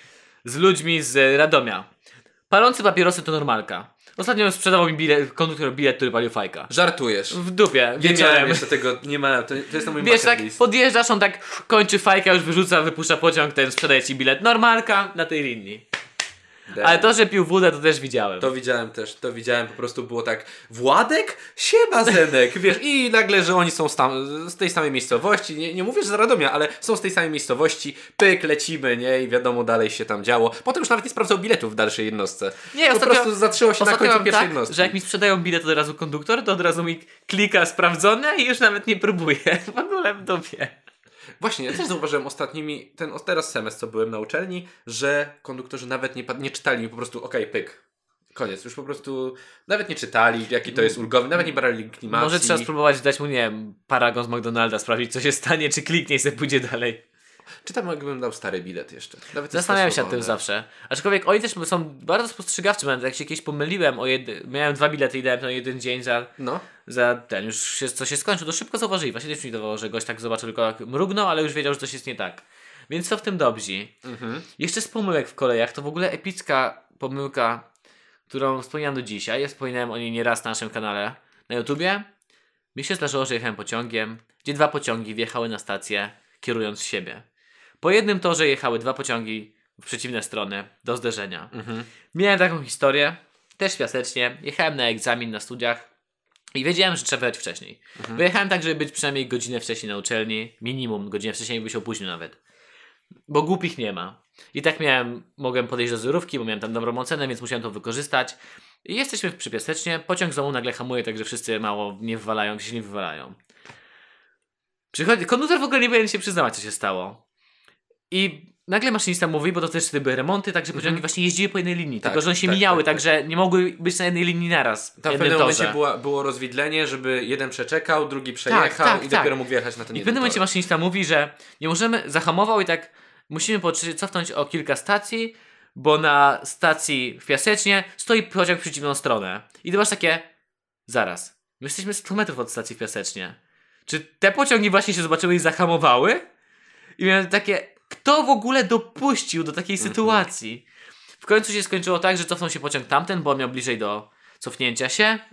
A: Z ludźmi z Radomia. Palący papierosy to normalka. Ostatnio sprzedawał mi bilet, konduktor bilet, który palił fajka.
B: Żartujesz.
A: W dupie,
B: Nie miałem
A: wieczorem.
B: jeszcze tego, nie ma, to, to jest na moim
A: Wiesz,
B: bucket
A: tak
B: list.
A: podjeżdżasz, on tak kończy fajka, już wyrzuca, wypuszcza pociąg, ten sprzedaje ci bilet. Normalka na tej linii. Ale to, że pił wódę, to też widziałem.
B: To widziałem też, to widziałem, po prostu było tak Władek? Siema Zenek, wiesz, i nagle, że oni są z, tam, z tej samej miejscowości, nie, nie mówię, że z Radomia, ale są z tej samej miejscowości, pyk, lecimy, nie, i wiadomo, dalej się tam działo. Potem już nawet nie sprawdzał biletów w dalszej jednostce.
A: Nie,
B: po
A: ostatnio-
B: prostu zatrzymał się na
A: Ostatnio
B: końcu
A: mam
B: pierwszej
A: tak,
B: jednostki.
A: że jak mi sprzedają bilet od razu konduktor, to od razu mi klika sprawdzone i już nawet nie próbuję. W ogóle w dupie.
B: Właśnie, ja też zauważyłem ostatnimi, ten o- teraz semestr, co byłem na uczelni, że konduktorzy nawet nie, pa- nie czytali mi po prostu, okej, pyk, koniec, już po prostu nawet nie czytali, jaki to jest ulgowy, nawet nie brali legitymacji.
A: Może trzeba spróbować dać mu, nie wiem, paragon z McDonalda, sprawdzić co się stanie, czy kliknie i sobie pójdzie dalej.
B: Czy tam jakbym dał stary bilet jeszcze? Nawet
A: Zastanawiam się nad tym
B: stosowne.
A: zawsze. Aczkolwiek oni też są bardzo spostrzegawczy. Nawet jak się kiedyś pomyliłem, o jedy... miałem dwa bilety i dałem na jeden dzień za,
B: No.
A: za ten, już się, co się skończył, to szybko zauważyli. Właśnie też mi dawało, że gość tak zobaczył, tylko jak mrugnął, ale już wiedział, że coś jest nie tak. Więc co w tym dobrzy?
B: Mhm.
A: Jeszcze z pomyłek w kolejach, to w ogóle epicka pomyłka, którą wspominam do dzisiaj. Ja wspominałem o niej nieraz na naszym kanale na YouTubie. Mi się zdarzyło, że jechałem pociągiem, gdzie dwa pociągi wjechały na stację, kierując siebie. Po jednym torze jechały dwa pociągi w przeciwne strony do zderzenia.
B: Mhm.
A: Miałem taką historię, też piasecznie. Jechałem na egzamin na studiach i wiedziałem, że trzeba jechać wcześniej.
B: Mhm.
A: Wyjechałem tak, żeby być przynajmniej godzinę wcześniej na uczelni, minimum godzinę wcześniej, by się opóźnił nawet. Bo głupich nie ma. I tak miałem, mogłem podejść do zerówki, bo miałem tam dobrą ocenę, więc musiałem to wykorzystać. I jesteśmy przy Piasecznie, pociąg znowu nagle hamuje, także wszyscy mało nie wywalają, się nie wywalają. Przychodzi, konduktor w ogóle nie powinien się przyznawać, co się stało. I nagle maszynista mówi, bo to też wtedy były remonty, także pociągi
B: Mhm.
A: właśnie jeździły po jednej linii,
B: Tak,
A: tylko że one się
B: tak,
A: mijały,
B: tak,
A: także nie mogły być na jednej linii naraz.
B: Tam w
A: jednym
B: pewnym momencie
A: torze.
B: była, było rozwidlenie, żeby jeden przeczekał, drugi przejechał
A: tak,
B: i
A: tak.
B: dopiero mógł wjechać na ten
A: I w
B: jeden
A: pewnym momencie
B: tor.
A: maszynista mówi, że nie możemy, zahamował i tak musimy poczy- cofnąć o kilka stacji, bo na stacji w Piasecznie stoi pociąg w przeciwną stronę. I ty masz takie, zaraz, my jesteśmy sto metrów od stacji w Piasecznie. Czy te pociągi właśnie się zobaczyły i zahamowały? I miałem takie, kto w ogóle dopuścił do takiej
B: Mhm.
A: sytuacji? W końcu się skończyło tak, że cofnął się pociąg tamten, bo on miał bliżej do cofnięcia się.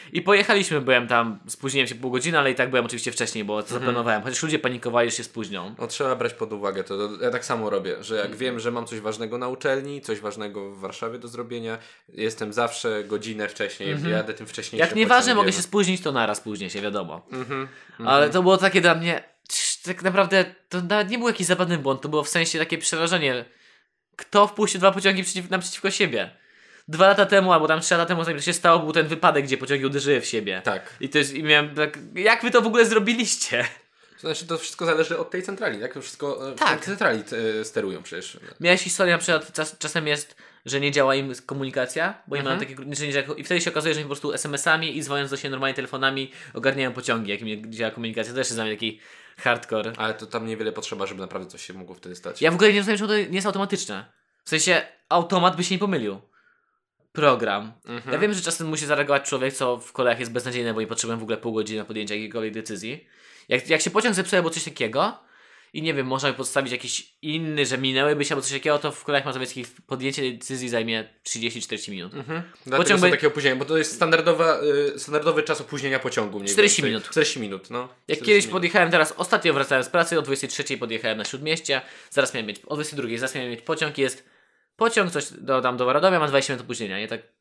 A: I pojechaliśmy, byłem tam, spóźniłem się pół godziny, ale i tak byłem oczywiście wcześniej, bo to
B: Mhm.
A: zaplanowałem. Chociaż ludzie panikowali, że się spóźnią.
B: No trzeba brać pod uwagę to. to. Ja tak samo robię, że jak wiem, że mam coś ważnego na uczelni, coś ważnego w Warszawie do zrobienia, jestem zawsze godzinę wcześniej,
A: Mhm.
B: jadę tym wcześniejszym
A: Jak nieważne,
B: pociągiem.
A: mogę się spóźnić, to naraz później się, wiadomo.
B: Mhm.
A: Ale to było takie dla mnie, tak naprawdę, to nawet nie był jakiś zabawny błąd, to było w sensie takie przerażenie. Kto wpuścił dwa pociągi przeciw, naprzeciwko siebie? Dwa lata temu, albo tam trzy lata temu, zanim to się stało, był ten wypadek, gdzie pociągi uderzyły w siebie.
B: Tak.
A: I to jest, i miałem tak, jak wy to w ogóle zrobiliście?
B: To znaczy to wszystko zależy od tej centrali, tak? To wszystko
A: Tak.
B: tak. centrali e, sterują przecież.
A: Miałeś historię, na przykład czas, czasem jest, że nie działa im komunikacja, bo nie
B: Mhm.
A: mają takiego, że nie działa, i wtedy się okazuje, że oni po prostu es em esami i dzwoniąc do siebie normalnie telefonami ogarniają pociągi, jak im nie działa komunikacja. To też jest dla mnie taki hardcore.
B: Ale to tam niewiele potrzeba, żeby naprawdę coś się mogło wtedy stać.
A: Ja w ogóle nie rozumiem, czemu to nie jest automatyczne. W sensie automat by się nie pomylił. Program.
B: Mhm.
A: Ja wiem, że czasem musi zareagować człowiek, co w kolejach jest beznadziejne, bo nie potrzebują w ogóle pół godziny na podjęcie jakiejkolwiek decyzji. Jak, jak się pociąg zepsuje albo coś takiego i nie wiem, można by podstawić jakiś inny, że minęłyby się albo coś takiego, to w kolejach mazowieckich podjęcie decyzji zajmie trzydzieści czterdzieści minut.
B: Mhm. Dlatego
A: Pociąg
B: są
A: by-
B: takie opóźnienia, bo to jest standardowa, y, standardowy czas opóźnienia pociągu. Mniej
A: czterdzieści
B: więcej.
A: minut.
B: czterdzieści minut, no.
A: Jak
B: czterdzieści
A: kiedyś
B: minut.
A: podjechałem, teraz ostatnio wracałem z pracy, o dwudziestej trzeciej podjechałem na Śródmieście, zaraz miałem mieć, o dwudziestej drugiej zaraz miałem mieć pociąg, jest pociąg, coś do, tam do Radomia, ma dwadzieścia minut opóźnienia, nie tak.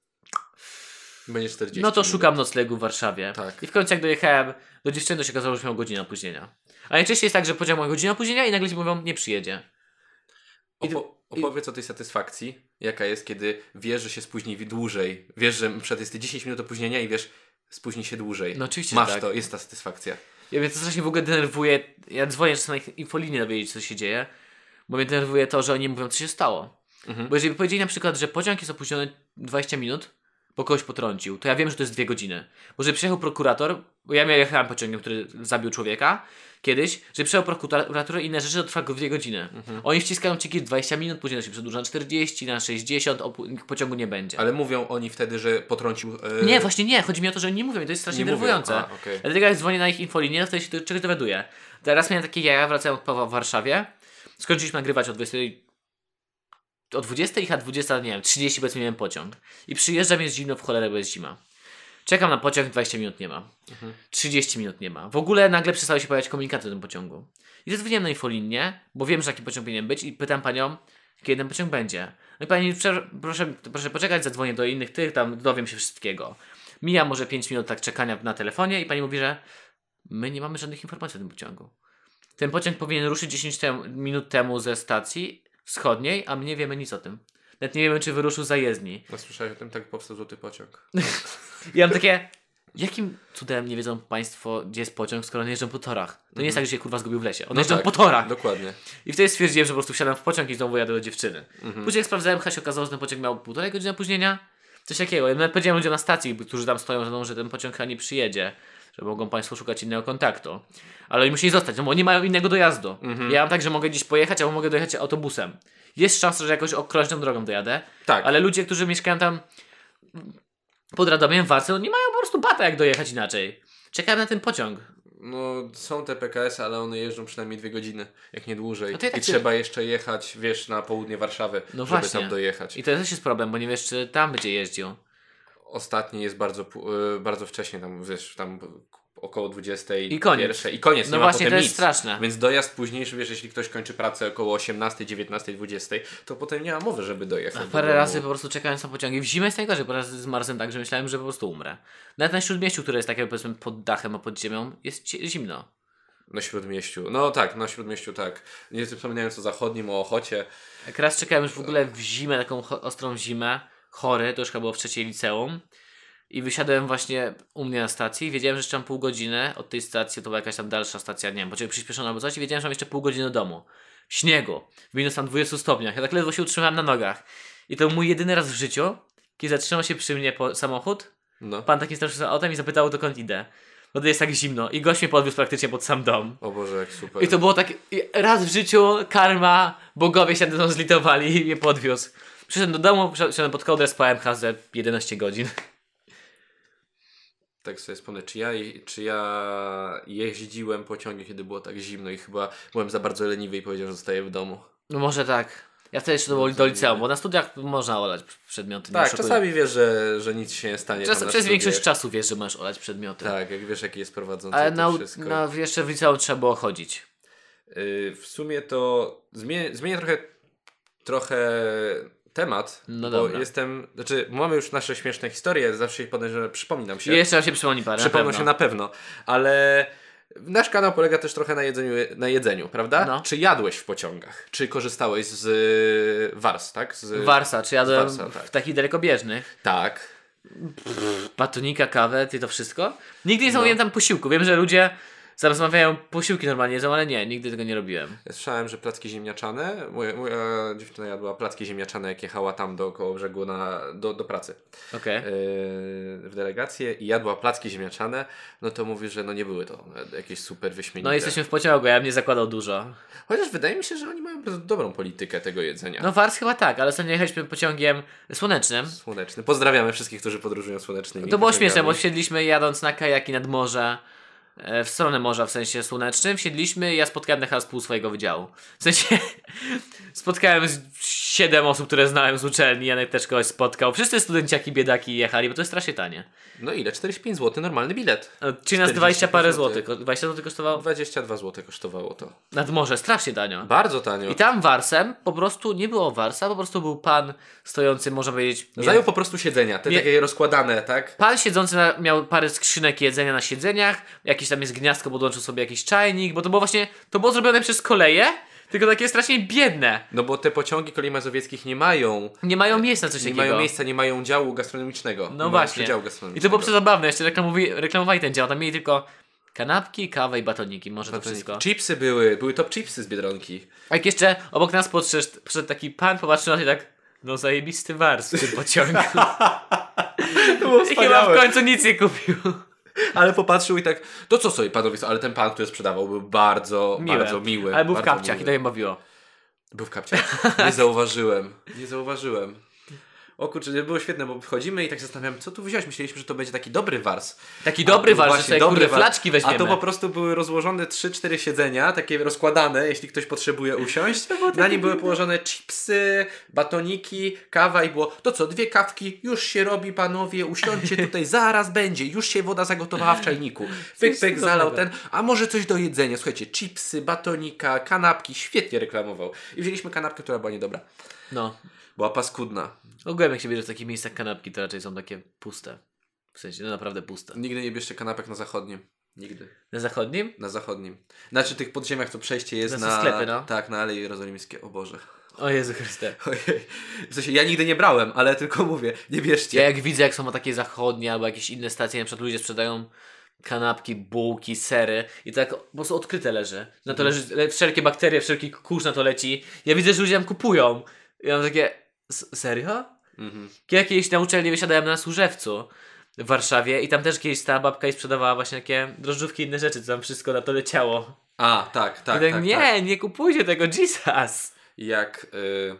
B: Będzie czterdzieści
A: No to
B: minut.
A: szukam noclegu w Warszawie.
B: Tak.
A: I w końcu jak dojechałem do dziewczyny, to się okazało, że miał godzinę opóźnienia. A najczęściej jest tak, że pociąg ma godzinę opóźnienia i nagle ci mówią, nie przyjedzie. I
B: Opo- opowiedz o tej satysfakcji, jaka jest, kiedy wiesz, że się spóźni dłużej. Wiesz, że przed jest dziesięć minut opóźnienia i wiesz, spóźni się dłużej.
A: No oczywiście,
B: Masz
A: że tak.
B: to, jest ta satysfakcja.
A: Ja mnie to strasznie w ogóle denerwuje. Ja dzwonię czasem na ich infolinię dowiedzieć, co się dzieje, bo mnie denerwuje to, że oni mówią, co się stało.
B: Mhm.
A: Bo jeżeli by powiedzieli na przykład, że pociąg jest opóźniony dwadzieścia minut, bo kogoś potrącił, to ja wiem, że to jest dwie godziny. Bo żeby przyjechał prokurator, bo ja jechałem pociągiem, który zabił człowieka kiedyś, że przyjechał prokurator i inne rzeczy, to trwa go dwie godziny.
B: Mhm.
A: Oni wciskają ciki dwadzieścia minut, później to się przedłuża na czterdzieści, na sześćdziesiąt, opó- pociągu nie będzie.
B: Ale mówią oni wtedy, że potrącił... e,
A: Nie, właśnie nie. Chodzi mi o to, że oni nie mówią i to jest strasznie
B: nie mówią.
A: denerwujące.
B: A, okej.
A: Dlatego jak dzwonię na ich infolinię, to wtedy się do czegoś dowiaduję. Teraz miałem takie jaja, wracałem od Pawła w Warszawie. Skończyliśmy nagrywać o dwudziestej. O dwudziestej, a dwudziesta, nie wiem, trzydzieści powiedzmy miałem pociąg. I przyjeżdżam, jest zimno w cholerę, bo jest zima. Czekam na pociąg, dwadzieścia minut nie ma.
B: Mhm.
A: trzydzieści minut nie ma. W ogóle nagle przestały się pojawiać komunikaty o tym pociągu. I zadzwoniłem na infolinię, bo wiem, że jaki pociąg powinien być i pytam panią, kiedy ten pociąg będzie. No i pani, prze- proszę, proszę poczekać, zadzwonię do innych tych, tam dowiem się wszystkiego. Mija może pięć minut tak czekania na telefonie i pani mówi, że my nie mamy żadnych informacji o tym pociągu. Ten pociąg powinien ruszyć dziesięć tem- minut temu ze stacji wschodniej, a my nie wiemy nic o tym. Nawet nie wiemy, czy wyruszył z zajezdni.
B: No słyszałeś o tym, tak powstał złoty pociąg.
A: I ja mam takie, jakim cudem nie wiedzą państwo, gdzie jest pociąg, skoro nie jeżdżą po torach? To nie jest tak, że się kurwa zgubił w lesie. One jeżdżą
B: tak,
A: po torach.
B: Dokładnie.
A: I wtedy stwierdziłem, że po prostu wsiadam w pociąg i znowu jadę do dziewczyny.
B: Mhm.
A: Później jak sprawdzałem, chyba się okazało, że ten pociąg miał półtorej godziny opóźnienia. Coś takiego. Ja nawet powiedziałem ludziom na stacji, którzy tam stoją, że ten pociąg chyba nie przyjedzie. Że mogą państwo szukać innego kontaktu. Ale oni musieli zostać, no bo oni mają innego dojazdu.
B: Mhm.
A: Ja mam tak, że mogę gdzieś pojechać, albo mogę dojechać autobusem. Jest szansa, że jakoś okrężną drogą dojadę.
B: Tak.
A: Ale ludzie, którzy mieszkają tam pod Radomiem, w Warce, no nie mają po prostu bata, jak dojechać inaczej. Czekałem na ten pociąg.
B: No są te P K S, ale one jeżdżą przynajmniej dwie godziny, jak nie dłużej.
A: No to i
B: I,
A: tak się-
B: trzeba jeszcze jechać, wiesz, na południe Warszawy,
A: No
B: żeby
A: właśnie.
B: tam dojechać.
A: I to też jest problem, bo nie wiesz, czy tam będzie jeździł.
B: Ostatni jest bardzo, pu- y, bardzo wcześnie, tam wiesz, tam około dwudziestej
A: I koniec.
B: pierwszej. I koniec,
A: No
B: nie ma
A: właśnie,
B: potem
A: to jest
B: nic.
A: straszne.
B: Więc dojazd późniejszy, wiesz, jeśli ktoś kończy pracę około osiemnastej, dziewiętnastej, dwudziestej, to potem nie ma mowy, żeby dojechać. do
A: Parę
B: domu.
A: razy po prostu czekając na pociągi. W zimę jest najgorzej, po raz z Marsem tak, że myślałem, że po prostu umrę. Nawet na Śródmieściu, które jest takie powiedzmy pod dachem, a pod ziemią, jest cie- zimno.
B: Na Śródmieściu. No tak, na Śródmieściu tak. Nie wspominając o Zachodnim, o Ochocie.
A: Jak raz czekałem już w ogóle w zimę, taką cho- ostrą zimę, chory, to już chyba było w trzeciej liceum. I wysiadłem właśnie u mnie na stacji i wiedziałem, że jeszcze mam pół godziny od tej stacji, to była jakaś tam dalsza stacja, nie wiem, pociąg przyspieszony albo coś i wiedziałem, że mam jeszcze pół godziny do domu. W śniegu, w minus tam dwudziestu stopniach. Ja tak ledwo się utrzymałem na nogach. I to był mój jedyny raz w życiu, kiedy zatrzymał się przy mnie po samochód,
B: No.
A: pan taki starszy z autem i zapytał, dokąd idę. Bo to jest tak zimno. I gość mnie podwiózł praktycznie pod sam dom.
B: O Boże, jak super.
A: I to było tak, i raz w życiu karma, bogowie się nad mną zlitowali i mnie podwiózł. Przyszedłem do domu, przyszedłem pod kołdrę, spałem chyba ze jedenaście godzin.
B: Tak sobie wspomnę, czy ja, czy ja jeździłem pociągiem, kiedy było tak zimno i chyba byłem za bardzo leniwy i powiedziałem, że zostaję w domu.
A: No może tak. Ja wtedy jeszcze do, do liceum, bo na studiach można olać przedmioty.
B: Tak, czasami wiesz, że, że nic się nie stanie.
A: Czas,
B: tam
A: przez
B: studiach.
A: większość czasu wiesz, że masz olać przedmioty.
B: Tak, jak wiesz, jaki jest prowadzący.
A: Ale
B: to
A: na,
B: wszystko.
A: na, jeszcze w liceum trzeba było chodzić.
B: Yy, w sumie to zmienię, zmienię trochę, trochę temat,
A: No
B: bo
A: dobra.
B: jestem, znaczy mamy już nasze śmieszne historie, zawsze ich podejrzewam, że przypomni nam się.
A: I jeszcze raz się przypomni parę.
B: Przypomną
A: na
B: się na pewno, ale nasz kanał polega też trochę na jedzeniu, na jedzeniu, prawda?
A: No.
B: Czy jadłeś w pociągach? Czy korzystałeś z y, Wars, tak? Z,
A: Warsa, czy jadłem
B: Warsa, tak.
A: w takich dalekobieżnych?
B: Tak.
A: Batonika, kawę, ty to wszystko? Nigdy nie
B: No.
A: zamawiałem tam posiłku. Wiem, że ludzie tam zamawiają posiłki normalnie, jedzą, ale nie, nigdy tego nie robiłem.
B: Ja słyszałem, że placki ziemniaczane, moja, moja dziewczyna jadła placki ziemniaczane, jak jechała tam do koło brzegu na, do, do pracy.
A: Okej.
B: Yy, w delegację i jadła placki ziemniaczane, no to mówi, że no nie były to jakieś super wyśmienite.
A: No jesteśmy w pociągu, ja bym nie zakładał dużo.
B: Chociaż wydaje mi się, że oni mają bardzo dobrą politykę tego jedzenia.
A: No Wars chyba tak, ale ostatnio jechaliśmy pociągiem słonecznym.
B: Słoneczny. Pozdrawiamy wszystkich, którzy podróżują słonecznymi.
A: To było
B: pociągami.
A: śmieszne, bo siedliśmy jadąc na kajaki nad morze, e, w stronę morza w sensie słonecznym, siedliśmy i ja spotkałem na chyba z pół swojego wydziału. W sensie spotkałem z siedem osób, które znałem z uczelni, Janek też kogoś spotkał. Wszyscy studenciaki, biedaki jechali, bo to jest strasznie tanie.
B: No ile? czterdzieści pięć złotych normalny bilet.
A: No, czyli nas dwadzieścia parę złotych.
B: złotych.
A: dwadzieścia złotych kosztowało?
B: dwadzieścia dwa złote kosztowało to.
A: Nad morze, strasznie tanio.
B: Bardzo tanio.
A: I tam Warsem po prostu nie było Warsa, po prostu był pan stojący, można powiedzieć... nie-
B: Zajął po prostu siedzenia, te
A: Nie-
B: takie rozkładane, tak?
A: Pan siedzący na, miał parę skrzynek jedzenia na siedzeniach, jakieś tam jest gniazdko, podłączył sobie jakiś czajnik, bo to było właśnie, to było zrobione przez koleje, tylko takie strasznie biedne.
B: No bo te pociągi kolei mazowieckich nie mają
A: Nie mają miejsca na coś
B: nie
A: takiego.
B: mają miejsca, nie mają działu gastronomicznego.
A: No
B: nie mają
A: właśnie.
B: przedziału
A: I
B: gastronomicznego.
A: to było przezabawne, jeszcze reklamowali, reklamowali ten dział, tam mieli tylko kanapki, kawę i batoniki, może to wszystko.
B: Chipsy były, były top chipsy z Biedronki.
A: A jak jeszcze obok nas podszedł, podszedł taki pan, popatrzył na to i tak, no zajebisty Wars w tym pociągu.
B: To było
A: I chyba w końcu nic nie kupił.
B: Ale popatrzył i tak, to co sobie panowie, ale ten pan, który sprzedawał, był bardzo,
A: Miłe.
B: bardzo miły.
A: Ale był w
B: bardzo
A: kapciach
B: miły.
A: i to je bawiło.
B: Był w kapciach? Nie zauważyłem. Nie zauważyłem. O kurczę, było świetne, bo wchodzimy i tak zastanawiam, co tu wziąć. Myśleliśmy, że to będzie taki dobry wars.
A: Taki dobry
B: A,
A: Wars, że
B: właśnie,
A: sobie
B: dobry
A: kurde
B: wars.
A: flaczki weźmiemy.
B: A to po prostu były rozłożone trzy cztery siedzenia, takie rozkładane, jeśli ktoś potrzebuje usiąść. Na nim były położone chipsy, batoniki, kawa i było, to co, dwie kawki, już się robi panowie, usiądźcie tutaj, zaraz będzie, już się woda zagotowała w czajniku. Pyk,
A: Coś
B: pyk, zalał ten,
A: cudownego.
B: a może coś do jedzenia, słuchajcie, chipsy, batonika, kanapki, świetnie reklamował. I wzięliśmy kanapkę, która była niedobra.
A: No.
B: Była paskudna.
A: Ogółem jak się bierze w takich miejscach kanapki, to raczej są takie puste. W sensie, no naprawdę puste.
B: Nigdy nie bierzcie kanapek na zachodnim. Nigdy.
A: Na zachodnim?
B: Na zachodnim. Znaczy tych podziemiach to przejście jest
A: Na
B: na...
A: sklepy, no.
B: Tak, na Alei Jerozolimskiej. O Boże.
A: O Jezu Chryste.
B: Ojej. W sensie, ja nigdy nie brałem, ale tylko mówię, nie bierzcie.
A: Ja jak widzę, jak są takie zachodnie albo jakieś inne stacje, na przykład ludzie sprzedają kanapki, bułki, sery i tak po prostu odkryte leży. Na to leży le- wszelkie bakterie, wszelki kurz na to leci. Ja widzę, że ludzie tam kupują. I ja mam takie, "S- serio?
B: Mhm.
A: Ja kiedyś na uczelni wysiadałem na Służewcu w Warszawie i tam też kiedyś ta babka i sprzedawała właśnie takie drożdżówki i inne rzeczy, co tam wszystko na to leciało.
B: A, tak, tak,
A: I tak,
B: tak.
A: nie,
B: tak.
A: nie kupujcie tego, Jesus!
B: Jak... Y...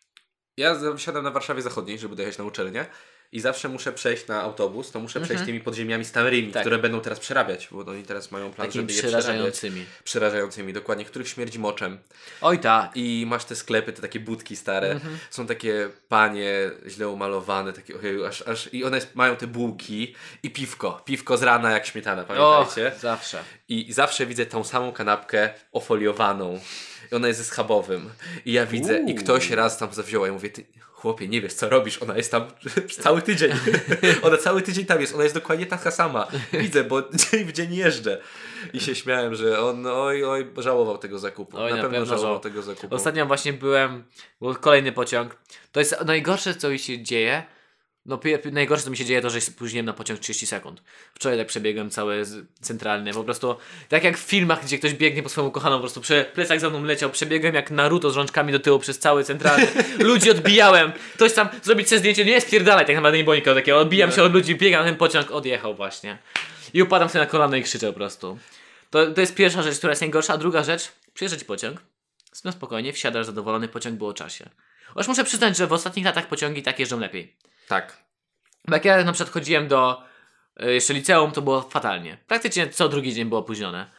B: Ja wsiadam na Warszawie Zachodniej, żeby dojechać na uczelnię i zawsze muszę przejść na autobus, to muszę przejść tymi podziemiami starymi,
A: Tak.
B: które będą teraz przerabiać, bo oni teraz mają plan,
A: Takimi
B: żeby je przerabiać.
A: przerażającymi.
B: Przerażającymi, dokładnie, których śmierdzi moczem.
A: Oj tak.
B: I masz te sklepy, te takie budki stare. Są takie panie źle umalowane, takie ojeju, aż, aż i one mają te bułki i piwko. Piwko z rana jak śmietana, pamiętajcie?
A: Och, zawsze.
B: I zawsze widzę tą samą kanapkę ofoliowaną. I ona jest ze schabowym. I ja widzę, i
A: Uuu.
B: ktoś raz tam zawzięła. Ja mówię, ty chłopie, nie wiesz co robisz, ona jest tam cały tydzień. Ona cały tydzień tam jest, ona jest dokładnie taka sama. Widzę, bo dzień w dzień jeżdżę. I się śmiałem, że on oj, oj, żałował tego zakupu.
A: Oj,
B: na,
A: na
B: pewno,
A: pewno
B: żałował
A: żałował.
B: tego zakupu.
A: Ostatnio właśnie byłem, był kolejny pociąg. To jest najgorsze, co mi się dzieje. No pi- pi- najgorsze, co mi się dzieje, to, że się spóźniłem na pociąg trzydzieści sekund. Wczoraj tak przebiegłem cały z- centralny. Po prostu, tak jak w filmach, gdzie ktoś biegnie po swoją ukochaną, po prostu prze, plecak za mną leciał, przebiegłem jak Naruto z rączkami do tyłu przez cały centralny. Ludzi odbijałem. Ktoś tam zrobić sobie zdjęcie, nie spierdalaj, tak naprawdę nie było nikogo takiego. Odbijam się od ludzi, biegam, ten pociąg odjechał właśnie. I upadam sobie na kolano i krzyczę po prostu. To, to jest pierwsza rzecz, która jest najgorsza, a druga rzecz, przyjeżdża ci pociąg, no spokojnie, wsiadasz zadowolony, pociąg był o czasie. Chociaż muszę przyznać, że w ostatnich latach pociągi tak jeżdżą lepiej.
B: Tak.
A: Bo jak ja na przykład chodziłem do y, jeszcze liceum, to było fatalnie. Praktycznie co drugi dzień było opóźnione.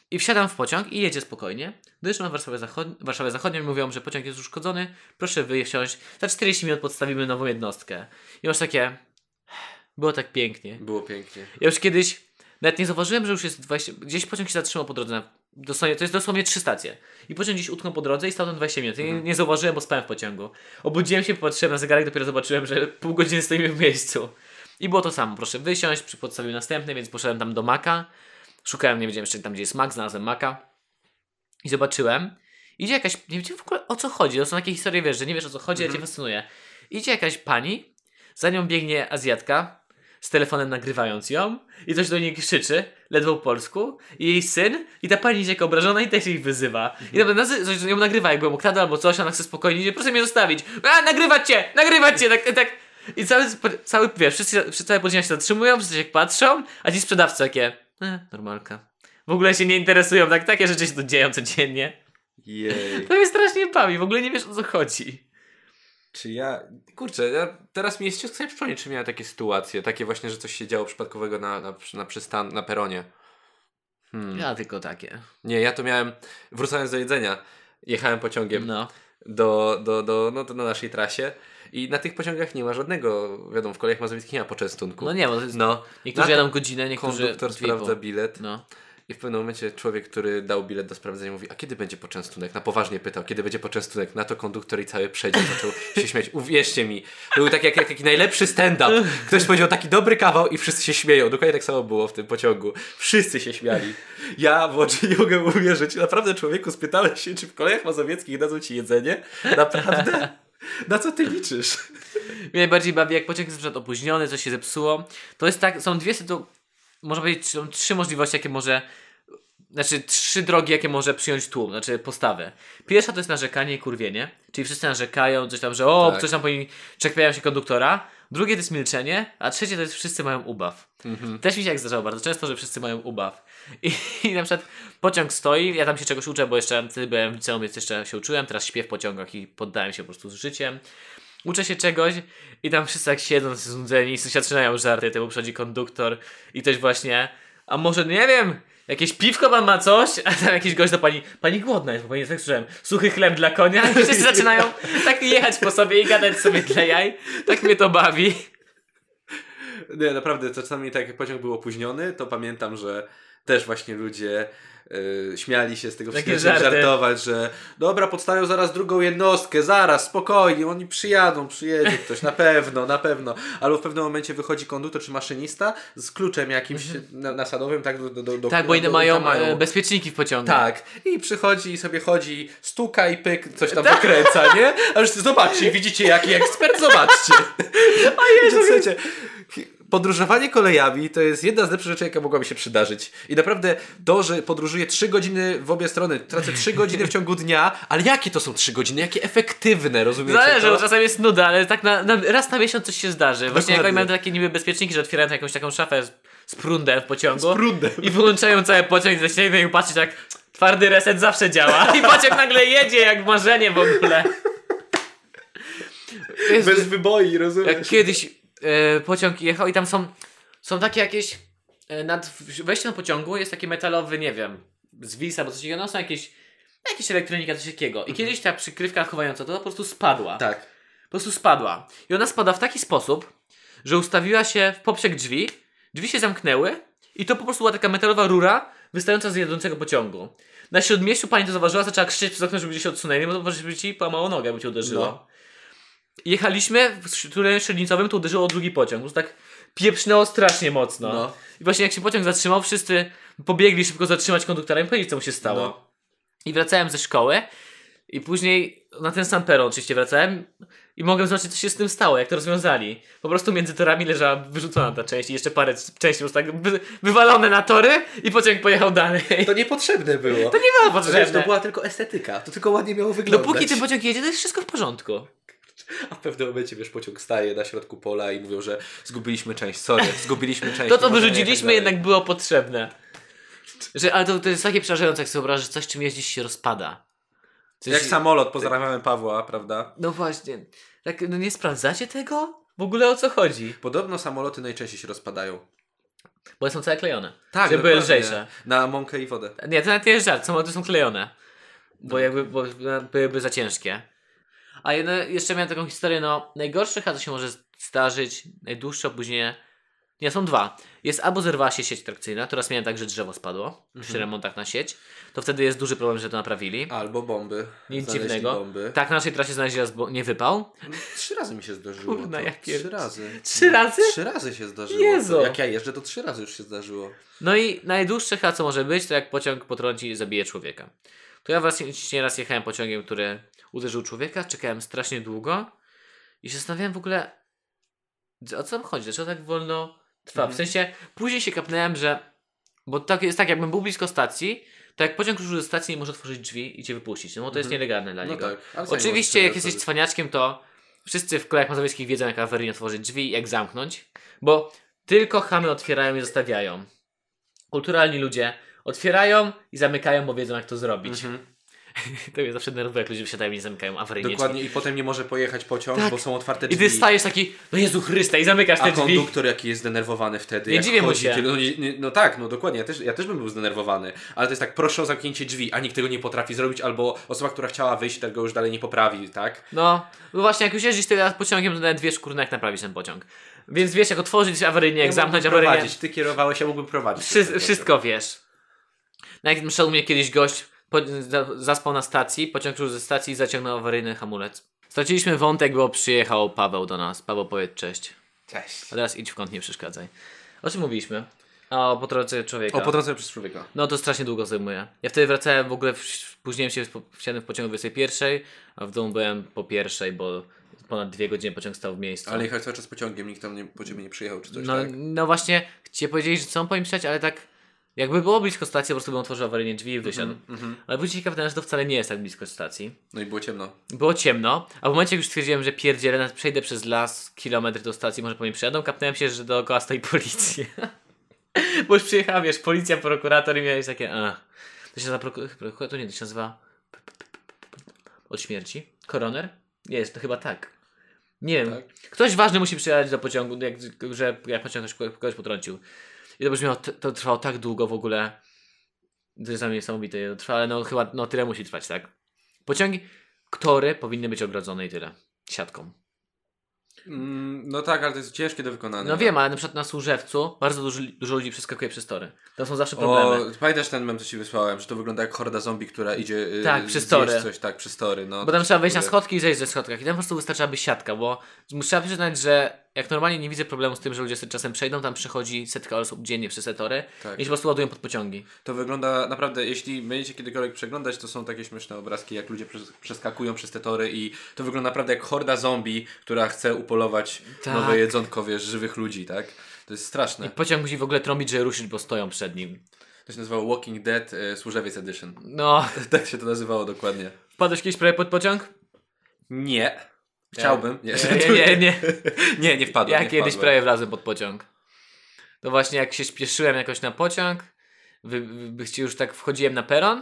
A: I wsiadam w pociąg i jedzie spokojnie. Dojeżdżam na Warszawę, Zachod... Warszawę Zachodnią i mówią, że pociąg jest uszkodzony. Proszę wysiąść. Za czterdzieści minut podstawimy nową jednostkę. I masz takie... Było tak pięknie.
B: Było pięknie.
A: Ja już kiedyś nawet nie zauważyłem, że już jest dwadzieścia... Gdzieś pociąg się zatrzymał po drodze. Dosłownie, to jest dosłownie trzy stacje. I pociąg gdzieś utknął po drodze i stał tam dwadzieścia minut. Ja
B: Mhm.
A: nie, nie zauważyłem, bo spałem w pociągu. Obudziłem się, popatrzyłem na zegarek, dopiero zobaczyłem, że pół godziny stoimy w miejscu. I było to samo. Proszę wysiąść, podstawił następny, więc poszedłem tam do Maka. Szukałem, nie wiedziałem jeszcze tam, gdzie jest Mac, znalazłem Maka. I zobaczyłem. Idzie jakaś, nie wiem w ogóle o co chodzi. To są takie historie, wiesz, że nie wiesz o co chodzi,
B: Mhm.
A: a cię fascynuje. Idzie jakaś pani, za nią biegnie Azjatka, z telefonem nagrywając ją i coś do niej krzyczy, ledwo po polsku, i jej syn, i ta pani idzie jak obrażona i też ich wyzywa. I nawet nazy- coś ją nagrywa, jakby ją okradł albo coś, ona chce spokojnie, idzie, proszę mnie zostawić, a nagrywać cię, nagrywać cię, tak, tak. I cały, cały wiesz, wszyscy, wszyscy całe podziemia się zatrzymują, wszyscy się patrzą, a ci sprzedawcy takie, e, normalka. W ogóle się nie interesują, tak, takie rzeczy się tu dzieją codziennie.
B: Jej.
A: To mnie strasznie bawi, w ogóle nie wiesz o co chodzi.
B: Czy ja... Kurczę, ja teraz mi jest ciężko sobie przypomnieć, czy miałem takie sytuacje. Takie właśnie, że coś się działo przypadkowego na, na, na przystan... na peronie. Hmm.
A: Ja tylko takie.
B: Nie, ja to miałem... Wracając do jedzenia. Jechałem pociągiem
A: No.
B: do, do, do, no, do, na naszej trasie. I na tych pociągach nie ma żadnego... Wiadomo, w kolejach mazowieckich nie ma poczęstunku.
A: No nie, bo to jest,
B: No.
A: niektórzy
B: Na to
A: jadą godzinę, niektórzy
B: Konduktor
A: dwie i pół.
B: sprawdza bilet.
A: No.
B: I w pewnym momencie człowiek, który dał bilet do sprawdzenia, mówi, a kiedy będzie poczęstunek? Na poważnie pytał, kiedy będzie poczęstunek? Na to konduktor i cały przedział zaczął się śmiać. Uwierzcie mi, to był taki, jak, jak taki najlepszy stand-up. Ktoś powiedział taki dobry kawał i wszyscy się śmieją. Dokładnie tak samo było w tym pociągu. Wszyscy się śmiali. Ja w oczy nie mogę uwierzyć. Naprawdę, człowieku, spytałeś się, czy w kolejach mazowieckich dadzą ci jedzenie? Naprawdę? Na co ty liczysz?
A: Mnie najbardziej bawi, jak pociąg jest na przykład opóźniony, coś się zepsuło. To jest tak, są dwie sytuacje, można powiedzieć, są trzy możliwości, jakie może, znaczy trzy drogi, jakie może przyjąć tłum, znaczy postawę. Pierwsza to jest narzekanie i kurwienie, czyli wszyscy narzekają, coś tam, że o,
B: Tak.
A: coś tam powinni, czepiają się konduktora. Drugie to jest milczenie, a trzecie to jest wszyscy mają ubaw.
B: Mhm.
A: Też mi się jak zdarzało bardzo często, że wszyscy mają ubaw. I, I na przykład pociąg stoi, ja tam się czegoś uczę, bo jeszcze wtedy byłem w liceum, więc jeszcze się uczyłem, teraz śpię w pociągach i poddałem się po prostu z życiem. Uczę się czegoś i tam wszyscy jak siedzą znudzeni i się zaczynają żarty, temu przychodzi konduktor i ktoś właśnie, a może nie wiem, jakieś piwko pan ma coś? A tam jakiś gość do pani, pani głodna jest, bo pani tak słyszałem, suchy chleb dla konia i wszyscy zaczynają tak jechać po sobie i gadać sobie dla jaj. Tak mnie to bawi.
B: Nie, naprawdę, czasami tak jak pociąg był opóźniony, to pamiętam, że też właśnie ludzie y, śmiali się z tego
A: Takie
B: wszystkiego,
A: żarty.
B: żartować, że dobra, podstawią zaraz drugą jednostkę, zaraz, spokojnie, oni przyjadą, przyjedzie ktoś, na pewno, na pewno. Albo w pewnym momencie wychodzi konduktor czy maszynista z kluczem jakimś na- nasadowym, tak, do, do, do,
A: Tak, bo
B: do,
A: inne
B: do-
A: mają
B: tam
A: e, bezpieczniki w pociągu.
B: Tak, i przychodzi i sobie chodzi, stuka i pyk, coś tam dokręca, nie? A już zobaczcie, widzicie jaki ekspert, zobaczcie. A Jezu, słuchajcie, podróżowanie kolejami to jest jedna z lepszych rzeczy, jaka mogła mi się przydarzyć. I naprawdę to, że podróżuję trzy godziny w obie strony, tracę trzy godziny w ciągu dnia, ale jakie to są trzy godziny? Jakie efektywne, rozumiecie
A: Zależy,
B: to?
A: bo czasem jest nuda, ale tak na, na, raz na miesiąc coś się zdarzy. Właśnie jak
B: Dokładnie.
A: oni mają takie niby bezpieczniki, że otwierają jakąś taką szafę z, z prądem w pociągu.
B: Z prądem.
A: I wyłączają cały pociąg i zaczynają na niego patrzeć jak twardy reset zawsze działa. I pociąg nagle jedzie jak marzenie w ogóle. Jezu,
B: Bez wyboi, rozumiesz?
A: jak kiedyś e, pociąg jechał i tam są, są takie jakieś e, nad wejściem do pociągu jest taki metalowy, nie wiem, zwis albo coś takiego, no są jakieś jakieś elektronika, coś takiego. I kiedyś ta przykrywka chowająca to po prostu spadła.
B: Tak.
A: Po prostu spadła. I ona spada w taki sposób, że ustawiła się w poprzek drzwi, drzwi się zamknęły i to po prostu była taka metalowa rura wystająca z jadącego pociągu. Na śródmieściu pani to zauważyła, zaczęła krzyczeć przez okno, żeby ludzie się odsunęli, bo to by ci połamało nogę, by cię uderzyło.
B: No.
A: Jechaliśmy w tunelu średnicowym, to uderzyło o drugi pociąg. Po prostu tak pieprznęło strasznie mocno.
B: No.
A: I właśnie jak się pociąg zatrzymał, wszyscy pobiegli szybko zatrzymać konduktora i powiedzieć, co mu się stało.
B: No.
A: I wracałem ze szkoły i później na ten sam peron oczywiście wracałem i mogłem zobaczyć, co się z tym stało, jak to rozwiązali. Po prostu między torami leżała wyrzucona ta część i jeszcze parę części już tak wy, wywalone na tory i pociąg pojechał dalej.
B: To niepotrzebne było.
A: To nie było
B: Wiesz,
A: potrzebne.
B: to była tylko estetyka. To tylko ładnie miało wyglądać.
A: Dopóki ten pociąg jedzie, to jest wszystko w porządku.
B: A w pewnym momencie, wiesz, pociąg staje na środku pola i mówią, że zgubiliśmy część, sorry, zgubiliśmy część.
A: To, co
B: nie możemy
A: wyrzuciliśmy,
B: jechać dalej.
A: jednak było potrzebne. Że, ale to, to jest takie przerażające, jak sobie wyobrażasz, że coś, czym jeździsz, się rozpada. Coś,
B: Jak samolot, pozdrawiamy Pawła, prawda?
A: No właśnie. Tak, no nie sprawdzacie tego? W ogóle o co chodzi?
B: Podobno samoloty najczęściej się rozpadają.
A: Bo są całe klejone.
B: Tak,
A: żeby były
B: dokładnie.
A: lżejsze.
B: Na mąkę i wodę.
A: Nie, to nawet nie jest żart, samoloty są klejone. Bo jakby bo byłyby za ciężkie. A jedno, jeszcze miałem taką historię, no najgorsze, co się może zdarzyć, najdłuższe opóźnienie. Nie, są dwa. Jest albo zerwała się sieć trakcyjna, teraz miałem tak, że drzewo spadło mhm. przy remontach na sieć. To wtedy jest duży problem, że to naprawili.
B: Albo bomby.
A: Nic
B: Znaleźli
A: dziwnego.
B: Bomby.
A: Tak, na naszej trasie znaleźli raz, bo nie wypał.
B: Trzy razy mi się zdarzyło.
A: Kurna,
B: to.
A: jak pier...
B: Trzy razy.
A: Trzy razy?
B: Trzy razy się zdarzyło.
A: Jezu.
B: To jak ja jeżdżę, to trzy razy już się zdarzyło.
A: No i najdłuższe chyba co może być, to jak pociąg potrąci i zabije człowieka. To ja właśnie raz jechałem pociągiem, który uderzył człowieka, czekałem strasznie długo i się zastanawiałem w ogóle, o co tam chodzi, dlaczego tak wolno trwa. Mhm. W sensie później się kapnąłem, że, bo tak jest tak, jakbym był blisko stacji, to jak pociąg ruszył do stacji, nie może otworzyć drzwi i cię wypuścić, no bo to jest nielegalne dla
B: no
A: niego.
B: Tak,
A: oczywiście jak jesteś cwaniaczkiem, to wszyscy w kolejach mazowieckich wiedzą, jak awaryjnie otworzyć drzwi i jak zamknąć, bo tylko chamy otwierają i zostawiają. Kulturalni ludzie otwierają i zamykają, bo wiedzą, jak to zrobić. Mhm. To mnie zawsze denerwuje, jak ludzie wysiadają i nie zamykają awaryjnie.
B: Dokładnie, drzwi. I potem nie może pojechać pociąg, tak. bo są otwarte drzwi.
A: I ty stajesz taki, no Jezu Chryste, i zamykasz te
B: A
A: drzwi.
B: A konduktor jaki jest zdenerwowany wtedy.
A: Nie dziwię mu się.
B: Tyle, no, nie, no tak, no dokładnie, ja też, ja też bym był zdenerwowany. Ale to jest tak, proszę o zamknięcie drzwi, a nikt tego nie potrafi zrobić, albo osoba, która chciała wyjść, tego już dalej nie poprawi, tak?
A: No, bo właśnie jak już jeździsz teraz pociągiem, to nawet wiesz, kurna, jak naprawić ten pociąg. Więc wiesz, jak otworzyć awaryjnie, jak ja zamknąć awaryjnie.
B: Prowadzić. Ty kierowałeś, ja mógłbym prowadzić.
A: Wszy- wszystko wiesz. No jak szedł mnie kiedyś gość, po, za, zaspał na stacji, pociąg ruszył ze stacji i zaciągnął awaryjny hamulec. Straciliśmy wątek, bo przyjechał Paweł do nas. Paweł, powiedz cześć.
B: Cześć.
A: A teraz idź w kąt, nie przeszkadzaj. O czym mówiliśmy? O potrodze człowieka.
B: O potrodze przez człowieka.
A: No to strasznie długo zajmuje. Ja wtedy wracałem w ogóle, spóźniłem się, wsiadłem w pociągu o dwudziestej pierwszej, a w domu byłem po pierwszej, bo ponad dwie godziny pociąg stał w miejscu.
B: Ale jechałeś cały czas pociągiem, nikt tam nie, po ciebie nie przyjechał czy coś,
A: no,
B: tak?
A: No właśnie, ci powiedzieli, że chcą po nim przyjechać, ale tak jakby było blisko stacji, po prostu bym otworzył awaryjnie drzwi i wysiadł. Mm-hmm, mm-hmm. Ale był ciekawy, że to wcale nie jest tak blisko stacji.
B: No i było ciemno.
A: Było ciemno, a w momencie jak już stwierdziłem, że pierdzielę, nawet przejdę przez las kilometr do stacji, może po niej przyjadą, kapnąłem się, że dookoła stoi policja. Bo już przyjechała, wiesz, policja, prokurator i miałeś takie a. To się nazywa prokurator, nie, to się nazywa od śmierci? Koroner? Nie, jest to chyba tak. Nie wiem. Tak? Ktoś ważny musi przyjechać do pociągu, jak, że jak pociąg ktoś, kogoś potrącił. I to brzmiało, to, to trwało tak długo w ogóle. To jest dla mnie niesamowite. To trwa, ale no chyba no, tyle musi trwać, tak? Pociągi, tory powinny być ogrodzone i tyle. Siatką.
B: Mm, no tak, ale to jest ciężkie do wykonania.
A: No wiem, ale na przykład na Służewcu bardzo dużo, dużo ludzi przeskakuje przez tory. Tam są zawsze problemy.
B: O, pamiętasz ten mem, co ci wysłałem, że to wygląda jak horda zombie, która idzie
A: tak,
B: yy,
A: przez tory.
B: coś, tak, przez tory. No,
A: bo tam trzeba wejść na schodki i zejść ze schodkach. I tam po prostu wystarczałaby siatka, bo trzeba przyznać, że jak normalnie nie widzę problemu z tym, że ludzie sobie czasem przejdą, tam przychodzi setka osób dziennie przez te tory tak. i się po prostu ładują pod pociągi.
B: To wygląda naprawdę, jeśli będziecie kiedykolwiek przeglądać, to są takie śmieszne obrazki, jak ludzie przeskakują przez te tory i to wygląda naprawdę jak horda zombie, która chce upolować tak. nowe jedzonko, wiesz, żywych ludzi, tak? To jest straszne.
A: I pociąg musi w ogóle trąbić, żeby ruszyć, bo stoją przed nim.
B: To się nazywało Walking Dead y, Służewiec Edition.
A: No.
B: Tak się to nazywało dokładnie.
A: Wpadłeś kiedyś prawie pod pociąg?
B: Nie. Chciałbym. Nie,
A: nie, nie. Nie, nie,
B: nie, nie wpadłem.
A: Ja
B: nie
A: kiedyś
B: wpadłem. prawie
A: wlazłem pod pociąg. To właśnie jak się śpieszyłem jakoś na pociąg, wy, wy, wy, już tak wchodziłem na peron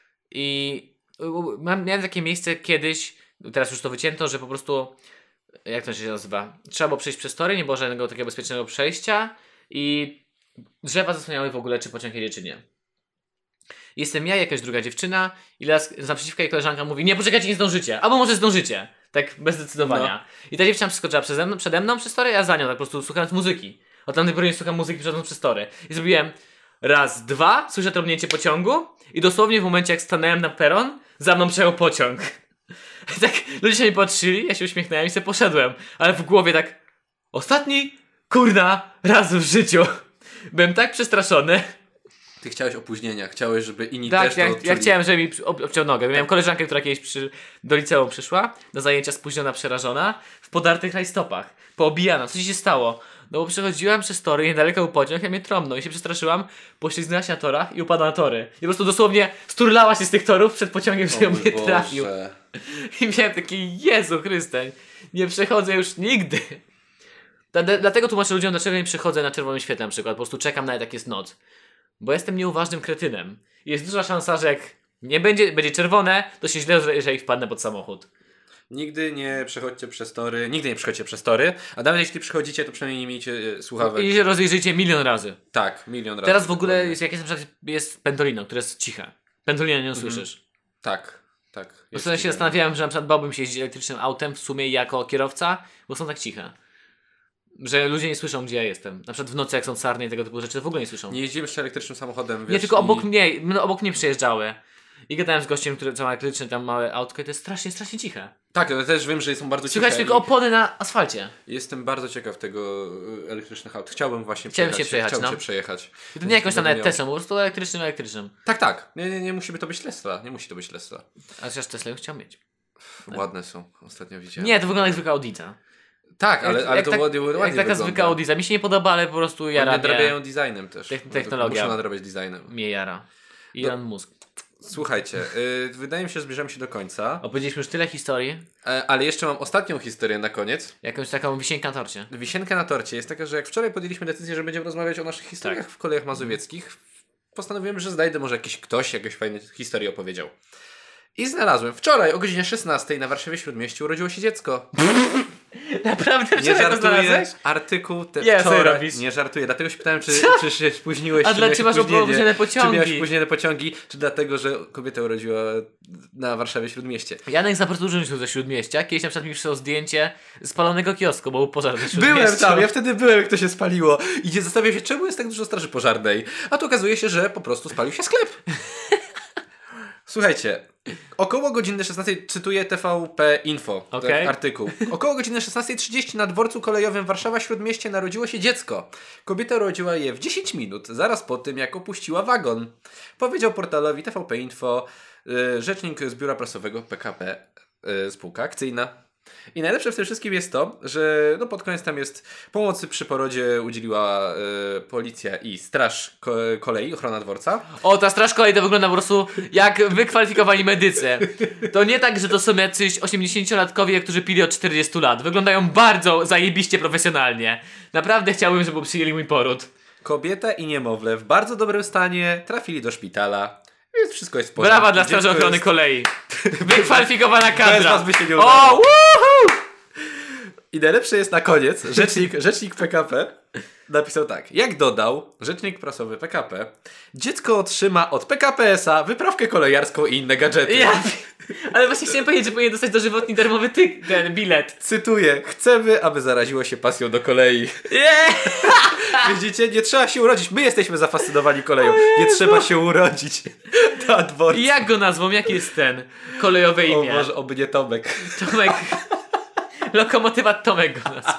A: i mam, miałem takie miejsce kiedyś, teraz już to wycięto, że po prostu, jak to się nazywa, trzeba było przejść przez tory, nie było żadnego takiego bezpiecznego przejścia i drzewa zasłaniały w ogóle, czy pociąg jedzie, czy nie. Jestem ja, jakaś druga dziewczyna i las, z naprzeciwka jej koleżanka mówi, nie, poczekajcie, nie zdążycie, albo może zdążycie. Tak bez zdecydowania. No. I ta dziewczyna przeskoczyła przeze mną, przede mną przez tory, a ja za nią, tak po prostu słuchając muzyki. Od tamtej pory nie słucham muzyki przechodząc przez tory. I zrobiłem raz, dwa, słyszę trąbnięcie pociągu i dosłownie w momencie jak stanąłem na peron, za mną przejął pociąg. I tak ludzie się mi patrzyli, ja się uśmiechnąłem i sobie poszedłem. Ale w głowie tak, ostatni, kurna, raz w życiu. Byłem tak przestraszony.
B: Ty chciałeś opóźnienia, chciałeś, żeby inni
A: tak,
B: też to
A: ja,
B: odczuli.
A: ja chciałem, żeby mi ob- obciął nogę. Miałem koleżankę, która kiedyś przy, do liceum przyszła, na zajęcia spóźniona, przerażona, w podartych rajstopach, poobijana. Co ci się stało? No bo przechodziłam przez tory, niedaleko był pociąg, ja mnie trąbnął i się przestraszyłam, poślizgnęła się na torach i upadła na tory. I po prostu dosłownie sturlała się z tych torów przed pociągiem, że ją nie trafił. I miałem taki, Jezu Chryste, nie przechodzę już nigdy. Dlatego tłumaczę ludziom, dlaczego nie przechodzę na czerwonym świetle na przykład. Po prostu czekam nawet jak jest noc. Bo jestem nieuważnym kretynem. I jest duża szansa, że jak nie będzie, będzie czerwone, to się źle, jeżeli wpadnę pod samochód.
B: Nigdy nie przechodźcie przez tory, nigdy nie przechodźcie przez tory, a nawet jeśli przechodzicie, to przynajmniej nie miejcie e, słuchawek.
A: I się rozejrzyjcie milion razy.
B: Tak, milion razy.
A: Teraz w ogóle jest, jak jest, na przykład jest pendolino, które jest ciche. Pendolino nie usłyszysz.
B: Mhm. Tak, tak.
A: Ostatnio się zastanawiałem, że na przykład bałbym się jeździć elektrycznym autem w sumie jako kierowca, bo są tak ciche. Że ludzie nie słyszą, gdzie ja jestem. Na przykład w nocy, jak są sarny i tego typu rzeczy, to w ogóle nie słyszą.
B: Nie jeździmy jeszcze elektrycznym samochodem, wiesz,
A: Nie, tylko obok
B: i...
A: mnie, no, obok mnie przejeżdżały. I gadałem z gościem, który co ma elektryczne tam małe autko i to jest strasznie, strasznie ciche.
B: Tak, ale też wiem, że są bardzo ciche.
A: Słychać tylko
B: i...
A: opony na asfalcie.
B: Jestem bardzo ciekaw tego e, elektrycznych aut. Chciałbym właśnie
A: Chciałem
B: przejechać.
A: się przejechać,
B: Chciałbym
A: no.
B: się przejechać.
A: I to nie jakąś tam nawet
B: miał...
A: Teslą, po prostu elektrycznym, elektrycznym.
B: Tak, tak. Nie, nie, nie musi to być Tesla. Nie musi to być Tesla.
A: A chociaż Tesla już chciał mieć.
B: Ładne są. Ostatnio widziałem.
A: Nie, to wygląda jak zwykła Audica.
B: Tak, ale,
A: Jak-
B: ale
A: jak
B: to
A: tak-
B: ładnie, ładnie
A: Jak taka
B: wygląda.
A: zwykła Audica. Mi się nie podoba, ale po prostu
B: Oni
A: jara
B: nadrabiają designem też.
A: Techn- technologia.
B: Muszą nadrabiać designem.
A: mnie jara. I
B: No.
A: Elon Musk.
B: Słuchajcie, y, wydaje mi się, że zbliżamy się do końca.
A: Opowiedzieliśmy już tyle historii.
B: E, ale jeszcze mam ostatnią historię na koniec.
A: Jakąś taką wisienkę na torcie.
B: Wisienka na torcie jest taka, że jak wczoraj podjęliśmy decyzję, że będziemy rozmawiać o naszych historiach
A: Tak.
B: w kolejach mazowieckich, postanowiłem, że znajdę może jakiś ktoś, jakąś fajną historię opowiedział. I znalazłem. Wczoraj o godzinie szesnastej na Warszawie Śródmieściu urodziło się dziecko.
A: Naprawdę
B: Nie
A: wczoraj to
B: żartuję.
A: znalazłeś?
B: Artykuł te
A: Ja sobie
B: wczoraj.
A: robisz.
B: Nie żartuję. Dlatego się pytałem, czy,
A: Co?
B: czy się spóźniłeś,
A: A
B: czy
A: dla
B: miałeś
A: ciebie masz
B: opóźnienie,
A: opóźnione
B: Czy
A: pociągi.
B: miałeś opóźnione pociągi, czy dlatego, że kobieta urodziła na Warszawie Śródmieście.
A: Janek za prostu żył ze Śródmieścia. Kiedyś na przykład mi przysłał zdjęcie spalonego kiosku, bo był pożar ze Śródmieścia.
B: Byłem tam, ja wtedy byłem, jak to się spaliło. I nie zastanawiam się, czemu jest tak dużo straży pożarnej. A tu okazuje się, że po prostu spalił się sklep. Słuchajcie, około godziny szesnastej, cytuję T V P Info,
A: Okej.
B: tak, artykuł. Około godziny szesnastej trzydzieści na dworcu kolejowym Warszawa Śródmieście narodziło się dziecko. Kobieta urodziła je w dziesięć minut, zaraz po tym, jak opuściła wagon. Powiedział portalowi T V P Info y, rzecznik z biura prasowego P K P, y, spółka akcyjna. I najlepsze w tym wszystkim jest to, że no pod koniec tam jest pomocy przy porodzie udzieliła y, policja i straż ko- kolei, ochrona dworca.
A: O, ta straż kolei to wygląda po prostu jak wykwalifikowani medycy. To nie tak, że to są jacyś osiemdziesięciolatkowie, którzy pili od czterdziestu lat. Wyglądają bardzo zajebiście profesjonalnie. Naprawdę chciałbym, żeby przyjęli mój poród.
B: Kobieta i niemowlę w bardzo dobrym stanie trafili do szpitala. Więc wszystko jest w porządku.
A: Brawa dla Straży
B: Dziecko
A: Ochrony
B: jest...
A: Kolei. Wykwalifikowana kadra.
B: Bez was by się nie
A: O,
B: udało.
A: woohoo!
B: I najlepsze jest na koniec, rzecznik, rzecznik P K P napisał tak. Jak dodał rzecznik prasowy P K P, dziecko otrzyma od P K P S a wyprawkę kolejarską i inne gadżety.
A: Ja, ale właśnie chciałem powiedzieć, że powinien dostać dożywotni darmowy ty, ten bilet.
B: Cytuję, chcemy, aby zaraziło się pasją do kolei.
A: Yeah!
B: Widzicie, nie trzeba się urodzić. My jesteśmy zafascynowani koleją. Nie trzeba się urodzić. Na dworcu.
A: I jak go nazwą? Jaki jest ten kolejowe
B: O
A: imię?
B: Boże, oby nie Tomek.
A: Tomek. Lokomotywa Tomek go nazwał.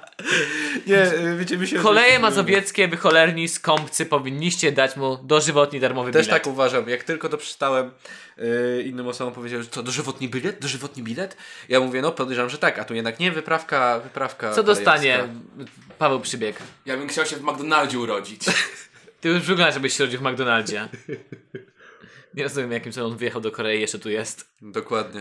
B: Nie, wiecie, mi się...
A: Koleje mazowieckie, wycholerni, skąpcy, powinniście dać mu dożywotni darmowy
B: Też
A: bilet.
B: tak uważam. Jak tylko to przeczytałem, yy, innym osobom powiedział, że to dożywotni bilet? Dożywotni bilet? Ja mówię, no podejrzewam, że tak, a tu jednak nie, wyprawka, wyprawka
A: Co dostanie
B: kolejarska.
A: Paweł Przybieg?
C: Ja bym chciał się w McDonaldzie urodzić.
A: Ty już wyglądasz, żebyś się rodził w McDonaldzie. Nie rozumiem, jakim cudem on wyjechał do Korei, jeszcze tu jest.
B: Dokładnie.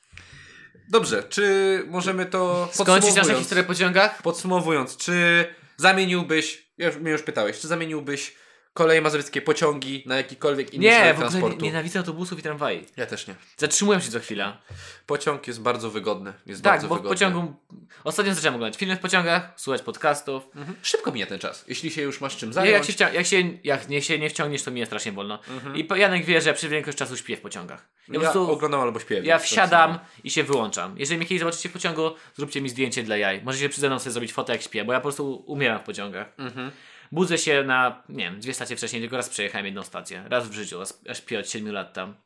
B: Dobrze, czy możemy to
A: Skończyć naszą
B: podsumowując,
A: historię o pociągach?
B: podsumowując, czy zamieniłbyś, ja już, mnie już pytałeś, czy zamieniłbyś koleje mazowieckie pociągi na jakikolwiek inny
A: Nie,
B: środek
A: w ogóle
B: transportu?
A: nie- nienawidzę autobusów i tramwaji.
B: Ja też nie.
A: Zatrzymują się co chwila.
B: Pociąg jest bardzo wygodny. Jest
A: Tak,
B: bardzo
A: bo w
B: wygodny.
A: pociągu... Ostatnio zacząłem oglądać filmy w pociągach, słuchać podcastów.
B: Mhm. Szybko mija ten czas, jeśli się już masz czym
A: Nie,
B: zająć.
A: jak, się wcią- jak, się, jak nie się nie wciągniesz, to minie strasznie wolno. I po- Janek wie, że ja przez większość czasu śpię w pociągach. Ja,
B: Ja
A: po prostu,
B: oglądam albo śpiewam.
A: ja wsiadam i się wyłączam. Jeżeli mnie kiedyś zobaczycie w pociągu, zróbcie mi zdjęcie dla jaj. Możecie przy mną sobie zrobić fotę jak śpię, bo ja po prostu umieram w pociągach.
B: Mhm.
A: Budzę się na, nie wiem, dwie stacje wcześniej, tylko raz przejechałem jedną stację. Raz w życiu, aż- aż śpię od siedmiu lat tam.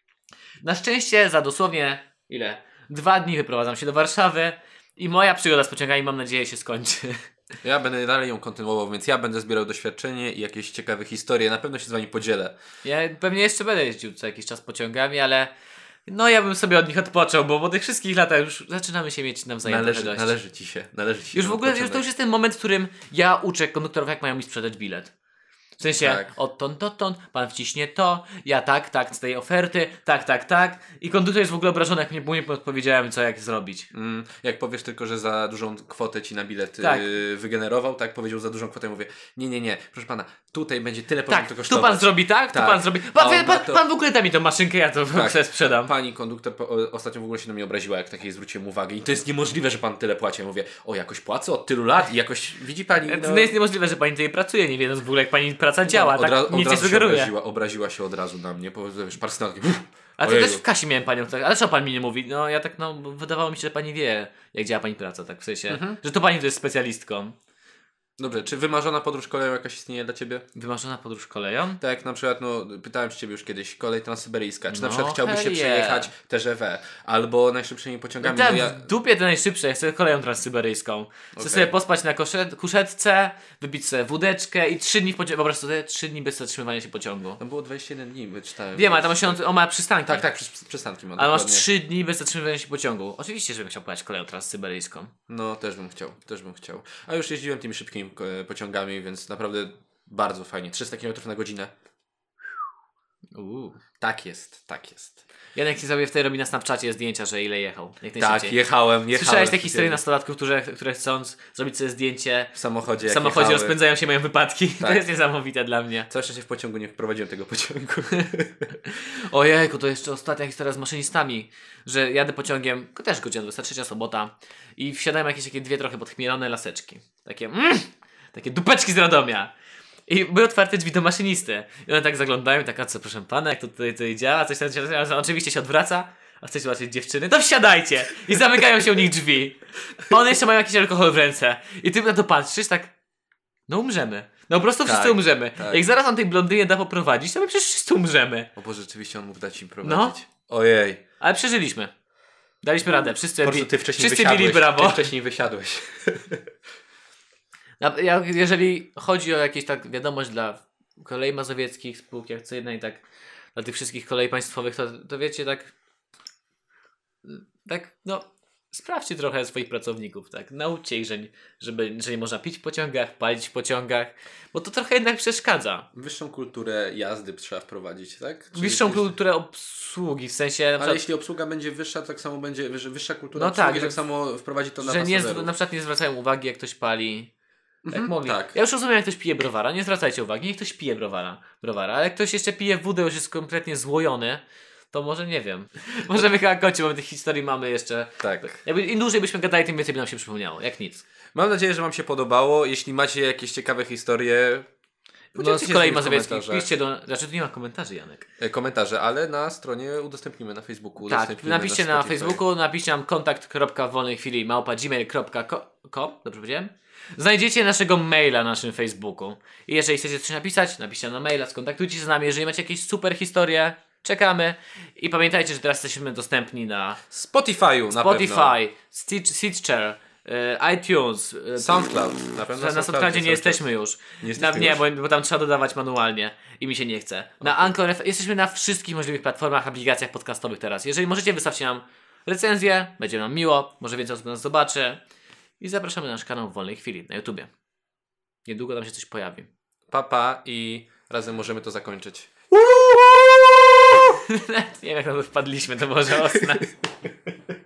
A: Na szczęście za dosłownie, ile? Dwa dni wyprowadzam się do Warszawy i moja przygoda z pociągami, mam nadzieję, się skończy.
B: Ja będę dalej ją kontynuował, więc ja będę zbierał doświadczenie i jakieś ciekawe historie. Na pewno się z wami podzielę.
A: Ja pewnie jeszcze będę jeździł co jakiś czas pociągami, ale no ja bym sobie od nich odpoczął, bo po tych wszystkich latach już zaczynamy się mieć nawzajem
B: Należy,
A: trochę dość.
B: należy ci się. Należy ci
A: Już
B: się
A: w ogóle już
B: odpoczynek.
A: to już jest ten moment, w którym ja uczę konduktorów, jak mają mi sprzedać bilet. sensie
B: Tak.
A: odtąd dotąd, pan wciśnie to, ja tak, tak, z tej oferty, tak, tak, tak. I konduktor jest w ogóle obrażony, jak mnie mu nie podpowiedziałem, co jak zrobić.
B: Mm, jak powiesz tylko, że za dużą kwotę ci na bilet
A: Tak.
B: y, wygenerował, tak, powiedział za dużą kwotę, mówię, nie, nie, nie, proszę pana, tutaj będzie tyle, powinno
A: Tak,
B: to
A: tu
B: kosztować.
A: pan zrobi tak,
B: Tak.
A: tu pan zrobi...
B: A
A: Pan,
B: on
A: pan,
B: ma
A: pan,
B: to-
A: pan w ogóle da mi tą maszynkę, ja to
B: Tak.
A: sobie sprzedam.
B: Pani konduktor po, o, ostatnio w ogóle się na mnie obraziła, jak takiej zwróciłem uwagę i to jest niemożliwe, że pan tyle płaci. Ja mówię, o, jakoś płacę od tylu lat i jakoś, widzi pani,
A: To
B: no,
A: nie jest niemożliwe, że pani tutaj pracuje, nie wiedząc w ogóle jak pani praca działa,
B: od,
A: tak?
B: ra- od
A: Nic nie
B: razu się
A: sugeruje.
B: obraziła, obraziła się od razu na mnie, bo wiesz, parsnęła takie, uff,
A: A to
B: ojeju.
A: też w kasie miałem panią, tak, ale co pan mi nie mówi? No ja tak, no wydawało mi się, że pani wie, jak działa pani praca, tak w sensie,
B: Mhm.
A: że to pani to jest specjalistką.
B: Dobrze, czy wymarzona podróż koleją jakaś istnieje dla ciebie?
A: Wymarzona podróż koleją?
B: Tak jak na przykład, no pytałem się ciebie już kiedyś, kolej transsyberyjska, czy na
A: No,
B: przykład chciałbyś się
A: hell yeah.
B: przejechać T G V, albo najszybszymi pociągami,
A: Tak,
B: no ja...
A: w dupie te najszybsze, ja chcę koleją transsyberyjską. Chcę
B: Okej.
A: sobie pospać na kosze- kuszetce, wypić sobie wódeczkę i trzy dni w pociągu, wyobraź sobie, trzy dni bez zatrzymywania się pociągu.
B: Tam było dwadzieścia jeden dni, czytałem.
A: Wiem, ale tam on, on ma przystanki.
B: Tak, tak, przy, przystanki ma
A: Ale masz
B: dokładnie.
A: trzy dni bez zatrzymywania się pociągu. Oczywiście, żebym chciał pojechać koleją transsyberyjską.
B: No, też bym chciał, też bym chciał. A już jeździłem tymi szybkimi e, pociągami, więc naprawdę bardzo fajnie. trzysta kilometrów na godzinę.
A: Uuu.
B: Tak jest, tak jest.
A: Janek ci sobie wtedy robi na Snapchacie zdjęcia, że ile jechał. Jak
B: Tak,
A: najszybciej.
B: jechałem, jechałem.
A: Słyszałeś takie
B: przy
A: historie
B: tym.
A: nastolatków, które, które chcąc zrobić sobie zdjęcie
B: W samochodzie,
A: w
B: jak
A: samochodzie,
B: jechały.
A: rozpędzają się, mają wypadki. To
B: Tak.
A: jest niesamowite dla mnie.
B: Całe szczęście w pociągu nie wprowadziłem tego pociągu.
A: Ojejku, to jeszcze ostatnia historia z maszynistami, że jadę pociągiem, też godzina dwudziesta trzecia sobota i wsiadają jakieś takie dwie trochę podchmielone laseczki. Takie mm, takie dupeczki z Radomia. I były otwarte drzwi do maszynisty. I one tak zaglądają, tak, a co proszę pana, jak to tutaj, tutaj działa, coś tam, coś tam, oczywiście się odwraca. A chcecie zobaczyć dziewczyny? To wsiadajcie! I zamykają się u nich drzwi. One jeszcze mają jakiś alkohol w ręce. I ty na to patrzysz tak, no umrzemy. No po prostu wszyscy
B: Tak,
A: umrzemy.
B: tak.
A: Jak zaraz on tej blondynie da poprowadzić, to my przecież wszyscy umrzemy.
B: O Boże, rzeczywiście on mógł dać im
A: No.
B: prowadzić. Ojej.
A: Ale przeżyliśmy. Daliśmy radę. Wszyscy,
B: Po prostu
A: bi-
B: ty wcześniej
A: wszyscy
B: wysiadłeś.
A: bili brawo.
B: Ty wcześniej wysiadłeś.
A: Ja, ja, jeżeli chodzi o jakieś tak wiadomość dla kolei mazowieckich, spółki akcyjnej, tak dla tych wszystkich kolei państwowych, to, to wiecie, tak tak, no sprawdźcie trochę swoich pracowników, tak, nauczcie ich, że, żeby, że nie można pić w pociągach, palić w pociągach, bo to trochę jednak przeszkadza.
B: Wyższą kulturę jazdy trzeba wprowadzić, tak? Czyli
A: Wyższą
B: jeśli-
A: kulturę obsługi, w sensie na
B: Ale
A: przykład,
B: jeśli obsługa będzie wyższa, tak samo będzie wyż- wyższa kultura
A: No
B: obsługi,
A: tak,
B: tak,
A: że-
B: samo wprowadzi to na
A: że nie,
B: pasażerów.
A: na przykład nie zwracają uwagi, jak ktoś pali. Jak
B: Mhm,
A: mogli.
B: tak.
A: Ja już rozumiem, jak ktoś pije browara, nie zwracajcie uwagi, niech ktoś pije browara, browara, ale jak ktoś jeszcze pije wódę, już jest kompletnie złojony, to może nie wiem. Możemy chyba kończyć, bo tych historii mamy jeszcze.
B: Tak.
A: Jakby im dłużej byśmy gadali, tym więcej by nam się przypomniało, jak nic.
B: Mam nadzieję, że Wam się podobało. Jeśli macie jakieś ciekawe historie,
A: No
B: podzielcie
A: z
B: się
A: kolei
B: nimi w
A: mazowieckich,
B: komentarzach.
A: piszcie do... Znaczy tu nie ma komentarzy, Janek.
B: E, komentarze, ale na stronie udostępnimy na Facebooku.
A: Tak,
B: udostępnimy
A: napiszcie na
B: Spotify.
A: Facebooku, napiszcie nam kontakt kropka w wolnej chwili małpa gmail kropka com, dobrze powiedziałem? Znajdziecie naszego maila na naszym Facebooku. I jeżeli chcecie coś napisać, napiszcie na maila, skontaktujcie się z nami. Jeżeli macie jakieś super historie, czekamy. I pamiętajcie, że teraz jesteśmy dostępni na
B: Spotify'u na pewno.
A: Spotify, Stitch, Stitcher, e, iTunes, e,
B: SoundCloud. Na pewno
A: na
B: SoundCloudzie
A: Soundcloudzie nie
B: cały czas.
A: jesteśmy już.
B: Nie jesteśmy
A: na, nie,
B: już?
A: bo, bo tam trzeba dodawać manualnie i mi się nie chce. Na Anchor F- jesteśmy na wszystkich możliwych platformach, aplikacjach podcastowych teraz. Jeżeli możecie, wystawcie nam recenzję, będzie nam miło, może więcej osób nas zobaczy. I zapraszamy na nasz kanał w wolnej chwili na YouTubie. Niedługo tam się coś pojawi.
B: Papa i razem możemy to zakończyć.
A: Nie wiem, jak na to wpadliśmy, to może osna.